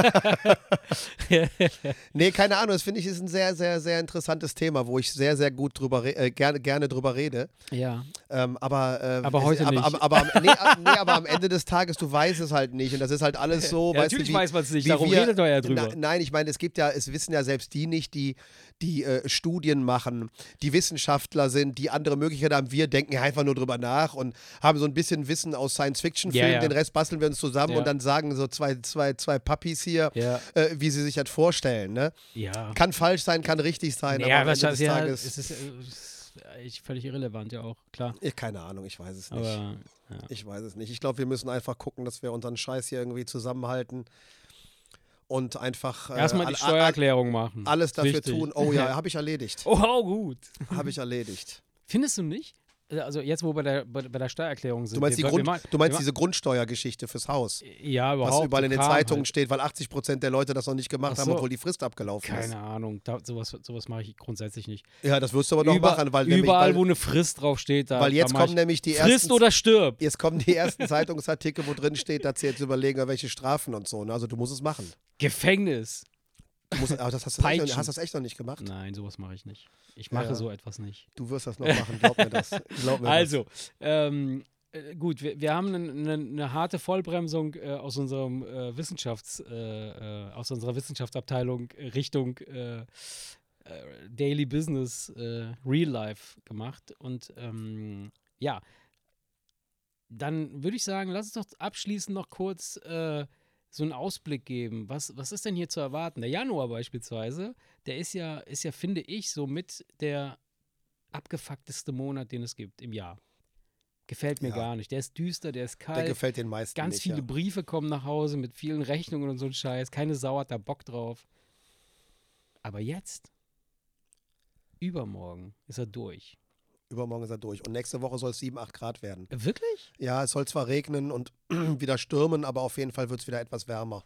Nee, keine Ahnung. Das finde ich ist ein sehr, sehr, sehr interessantes Thema, wo ich sehr, sehr gut drüber äh, gerne, gerne drüber rede. Ja. Ähm, aber, äh, aber heute es, nicht. Aber, aber, aber, nee, nee, aber am Ende des Tages, du weißt es halt nicht. Und das ist halt alles so. Ja, weißt natürlich du, wie, weiß man es nicht, wie darum wir, redet er ja drüber. Na, nein, ich meine, es gibt ja, es wissen ja selbst die nicht, die, die äh, Studien machen, die Wissenschaftler sind, die andere Möglichkeiten haben. Wir denken einfach nur drüber nach und haben so ein bisschen Wissen aus Science-Fiction-Filmen. Ja, ja. Den Rest basteln wir uns zusammen Ja. und dann sagen so zwei, zwei, zwei Puppies hier, Ja. äh, wie sie sich das vorstellen. Ne? Ja. Kann falsch sein, kann richtig sein, Ja, aber am Ende des wahrscheinlich, ja, Tages. es ist, äh, es ist eigentlich völlig irrelevant, ja auch, klar. Ich, keine Ahnung, ich weiß es nicht. Aber, ja. Ich weiß es nicht. Ich glaube, wir müssen einfach gucken, dass wir unseren Scheiß hier irgendwie zusammenhalten und einfach äh, Erstmal die all- Steuererklärung machen. alles dafür Wichtig. tun. Oh ja, habe ich erledigt. Oh, gut. Habe ich erledigt. Findest du nicht? Also jetzt, wo wir bei der, bei, bei der Steuererklärung sind. Du meinst, die wir- Grund, wir machen- du meinst wir diese Grundsteuergeschichte fürs Haus, machen- Ja, überhaupt. was überall so in den Kram Zeitungen halt. steht, weil achtzig Prozent der Leute das noch nicht gemacht Ach haben, so. obwohl die Frist abgelaufen ist. Keine Ahnung, da, sowas, sowas mache ich grundsätzlich nicht. Ja, das wirst du aber noch Über- machen, weil, nämlich, überall, weil, wo eine Frist draufsteht, da weil jetzt da mach kommen ich nämlich die Frist ersten, oder stirb. jetzt kommen die ersten Zeitungsartikel, wo drin steht, dass sie jetzt überlegen, welche Strafen und so. Ne? Also du musst es machen. Gefängnis. Du musst, aber das hast, du echt noch, Peitschen. hast du das echt noch nicht gemacht? Nein, sowas mache ich nicht. Ich mache Ja. so etwas nicht. Du wirst das noch machen, glaub mir das. Glaub mir Also, ähm, äh, gut, wir, wir haben eine, eine, eine harte Vollbremsung äh, aus unserem äh, Wissenschafts, äh, äh, aus unserer Wissenschaftsabteilung äh, Richtung äh, äh, Daily Business, äh, Real Life gemacht. Und ähm, ja, dann würde ich sagen, lass uns doch abschließend noch kurz äh, so einen Ausblick geben. Was, was ist denn hier zu erwarten? Der Januar beispielsweise, der ist ja, ist ja, finde ich, so mit der abgefuckteste Monat, den es gibt im Jahr. Gefällt mir Ja. gar nicht. Der ist düster, der ist das. kalt. Der gefällt den meisten Ganz nicht. viele ja. Briefe kommen nach Hause mit vielen Rechnungen und so ein Scheiß. Keine Sau hat da Bock drauf. Aber jetzt, übermorgen, ist er durch. Übermorgen ist er durch. Und nächste Woche soll es sieben, acht Grad werden. Wirklich? Ja, es soll zwar regnen und wieder stürmen, aber auf jeden Fall wird es wieder etwas wärmer.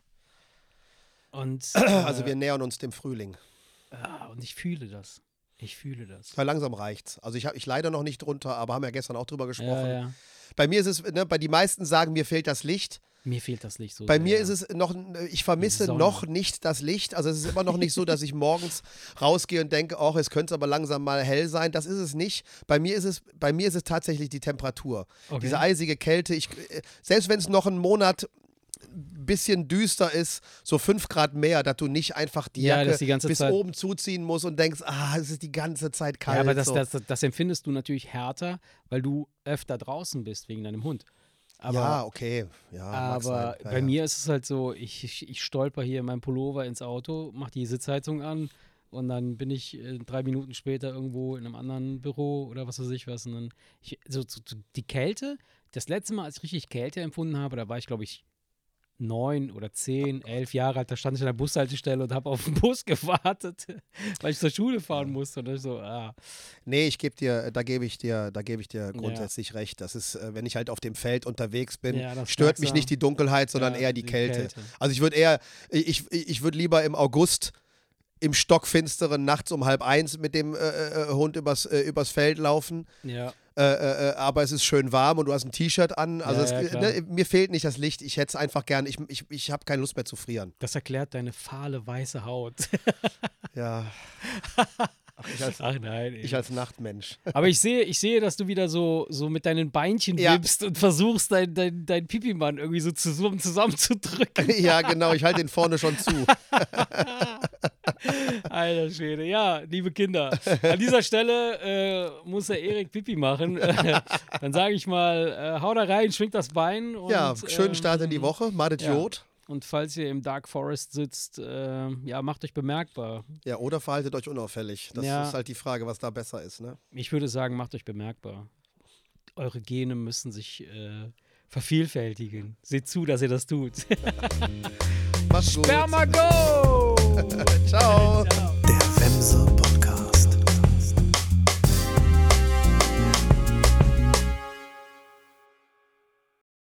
Und, Also äh, wir nähern uns dem Frühling. ah, und ich fühle das. Ich fühle das. Weil langsam reicht's. Also ich, hab, ich leide noch nicht drunter, aber haben ja gestern auch drüber gesprochen. Ja, ja. Bei mir ist es, ne, bei die meisten sagen, mir fehlt das Licht. Mir fehlt das Licht so. Bei sehr, mir ja. ist es noch, ich vermisse Sonne. noch nicht das Licht. Also es ist immer noch nicht so, dass ich morgens rausgehe und denke, oh, es könnte aber langsam mal hell sein. Das ist es nicht. Bei mir ist es, bei mir ist es tatsächlich die Temperatur. Okay. Diese eisige Kälte. Ich, selbst wenn es noch einen Monat ein bisschen düster ist, so fünf Grad mehr, dass du nicht einfach die Ja, Jacke das die ganze bis Zeit- oben zuziehen musst und denkst, ah, es ist die ganze Zeit kalt. Ja, aber das, so. das, das empfindest du natürlich härter, weil du öfter draußen bist wegen deinem Hund. Aber, ja, okay. Ja, mag aber sein. Ja, bei ja. mir ist es halt so, ich, ich, ich stolper hier in meinem Pullover ins Auto, mache die Sitzheizung an und dann bin ich äh, drei Minuten später irgendwo in einem anderen Büro oder was weiß ich was. Und dann, ich, so, so, so die Kälte, das letzte Mal, als ich richtig Kälte empfunden habe, da war ich, glaube ich, neun oder zehn, elf Jahre alt, da stand ich an der Bushaltestelle und habe auf den Bus gewartet, weil ich zur Schule fahren musste. Und dann so, ah. Nee, ich gebe dir, da gebe ich dir, da gebe ich dir grundsätzlich recht. Das ist, äh, wenn ich halt auf dem Feld unterwegs bin, Ja, das stört merkst mich du. nicht die Dunkelheit, sondern Ja, eher die, die Kälte. Kälte. Also ich würde eher, ich, ich, ich würde lieber im August im Stockfinsteren nachts um halb eins mit dem äh, äh, Hund übers, äh, übers Feld laufen. Ja. Äh, äh, aber es ist schön warm und du hast ein T-Shirt an. Also Ja, es, ja, äh, klar. ne, mir fehlt nicht das Licht. Ich hätte es einfach gern. Ich, ich, ich habe keine Lust mehr zu frieren. Das erklärt deine fahle weiße Haut. Ja. Ach, ich, als, Ach nein. Ey. ich als Nachtmensch. Aber ich sehe, ich sehe, dass du wieder so, so mit deinen Beinchen Ja. wippst und versuchst, dein, dein, dein Pipi-Mann irgendwie so zusammen, zusammenzudrücken. Ja, genau. Ich halte den vorne schon zu. Alter Schwede. Ja, liebe Kinder. An dieser Stelle äh, muss der Erik Pipi machen. Dann sage ich mal, äh, hau da rein, schwingt das Bein. Und, Ja, schönen ähm, Start in die Woche. Madet ja. Jod. Und falls ihr im Dark Forest sitzt, äh, ja, macht euch bemerkbar. Ja, oder verhaltet euch unauffällig. Das Ja. ist halt die Frage, was da besser ist, ne? Ich würde sagen, macht euch bemerkbar. Eure Gene müssen sich äh, vervielfältigen. Seht zu, dass ihr das tut. Macht's gut. Sperma go! Ciao. Ciao. Der Wemse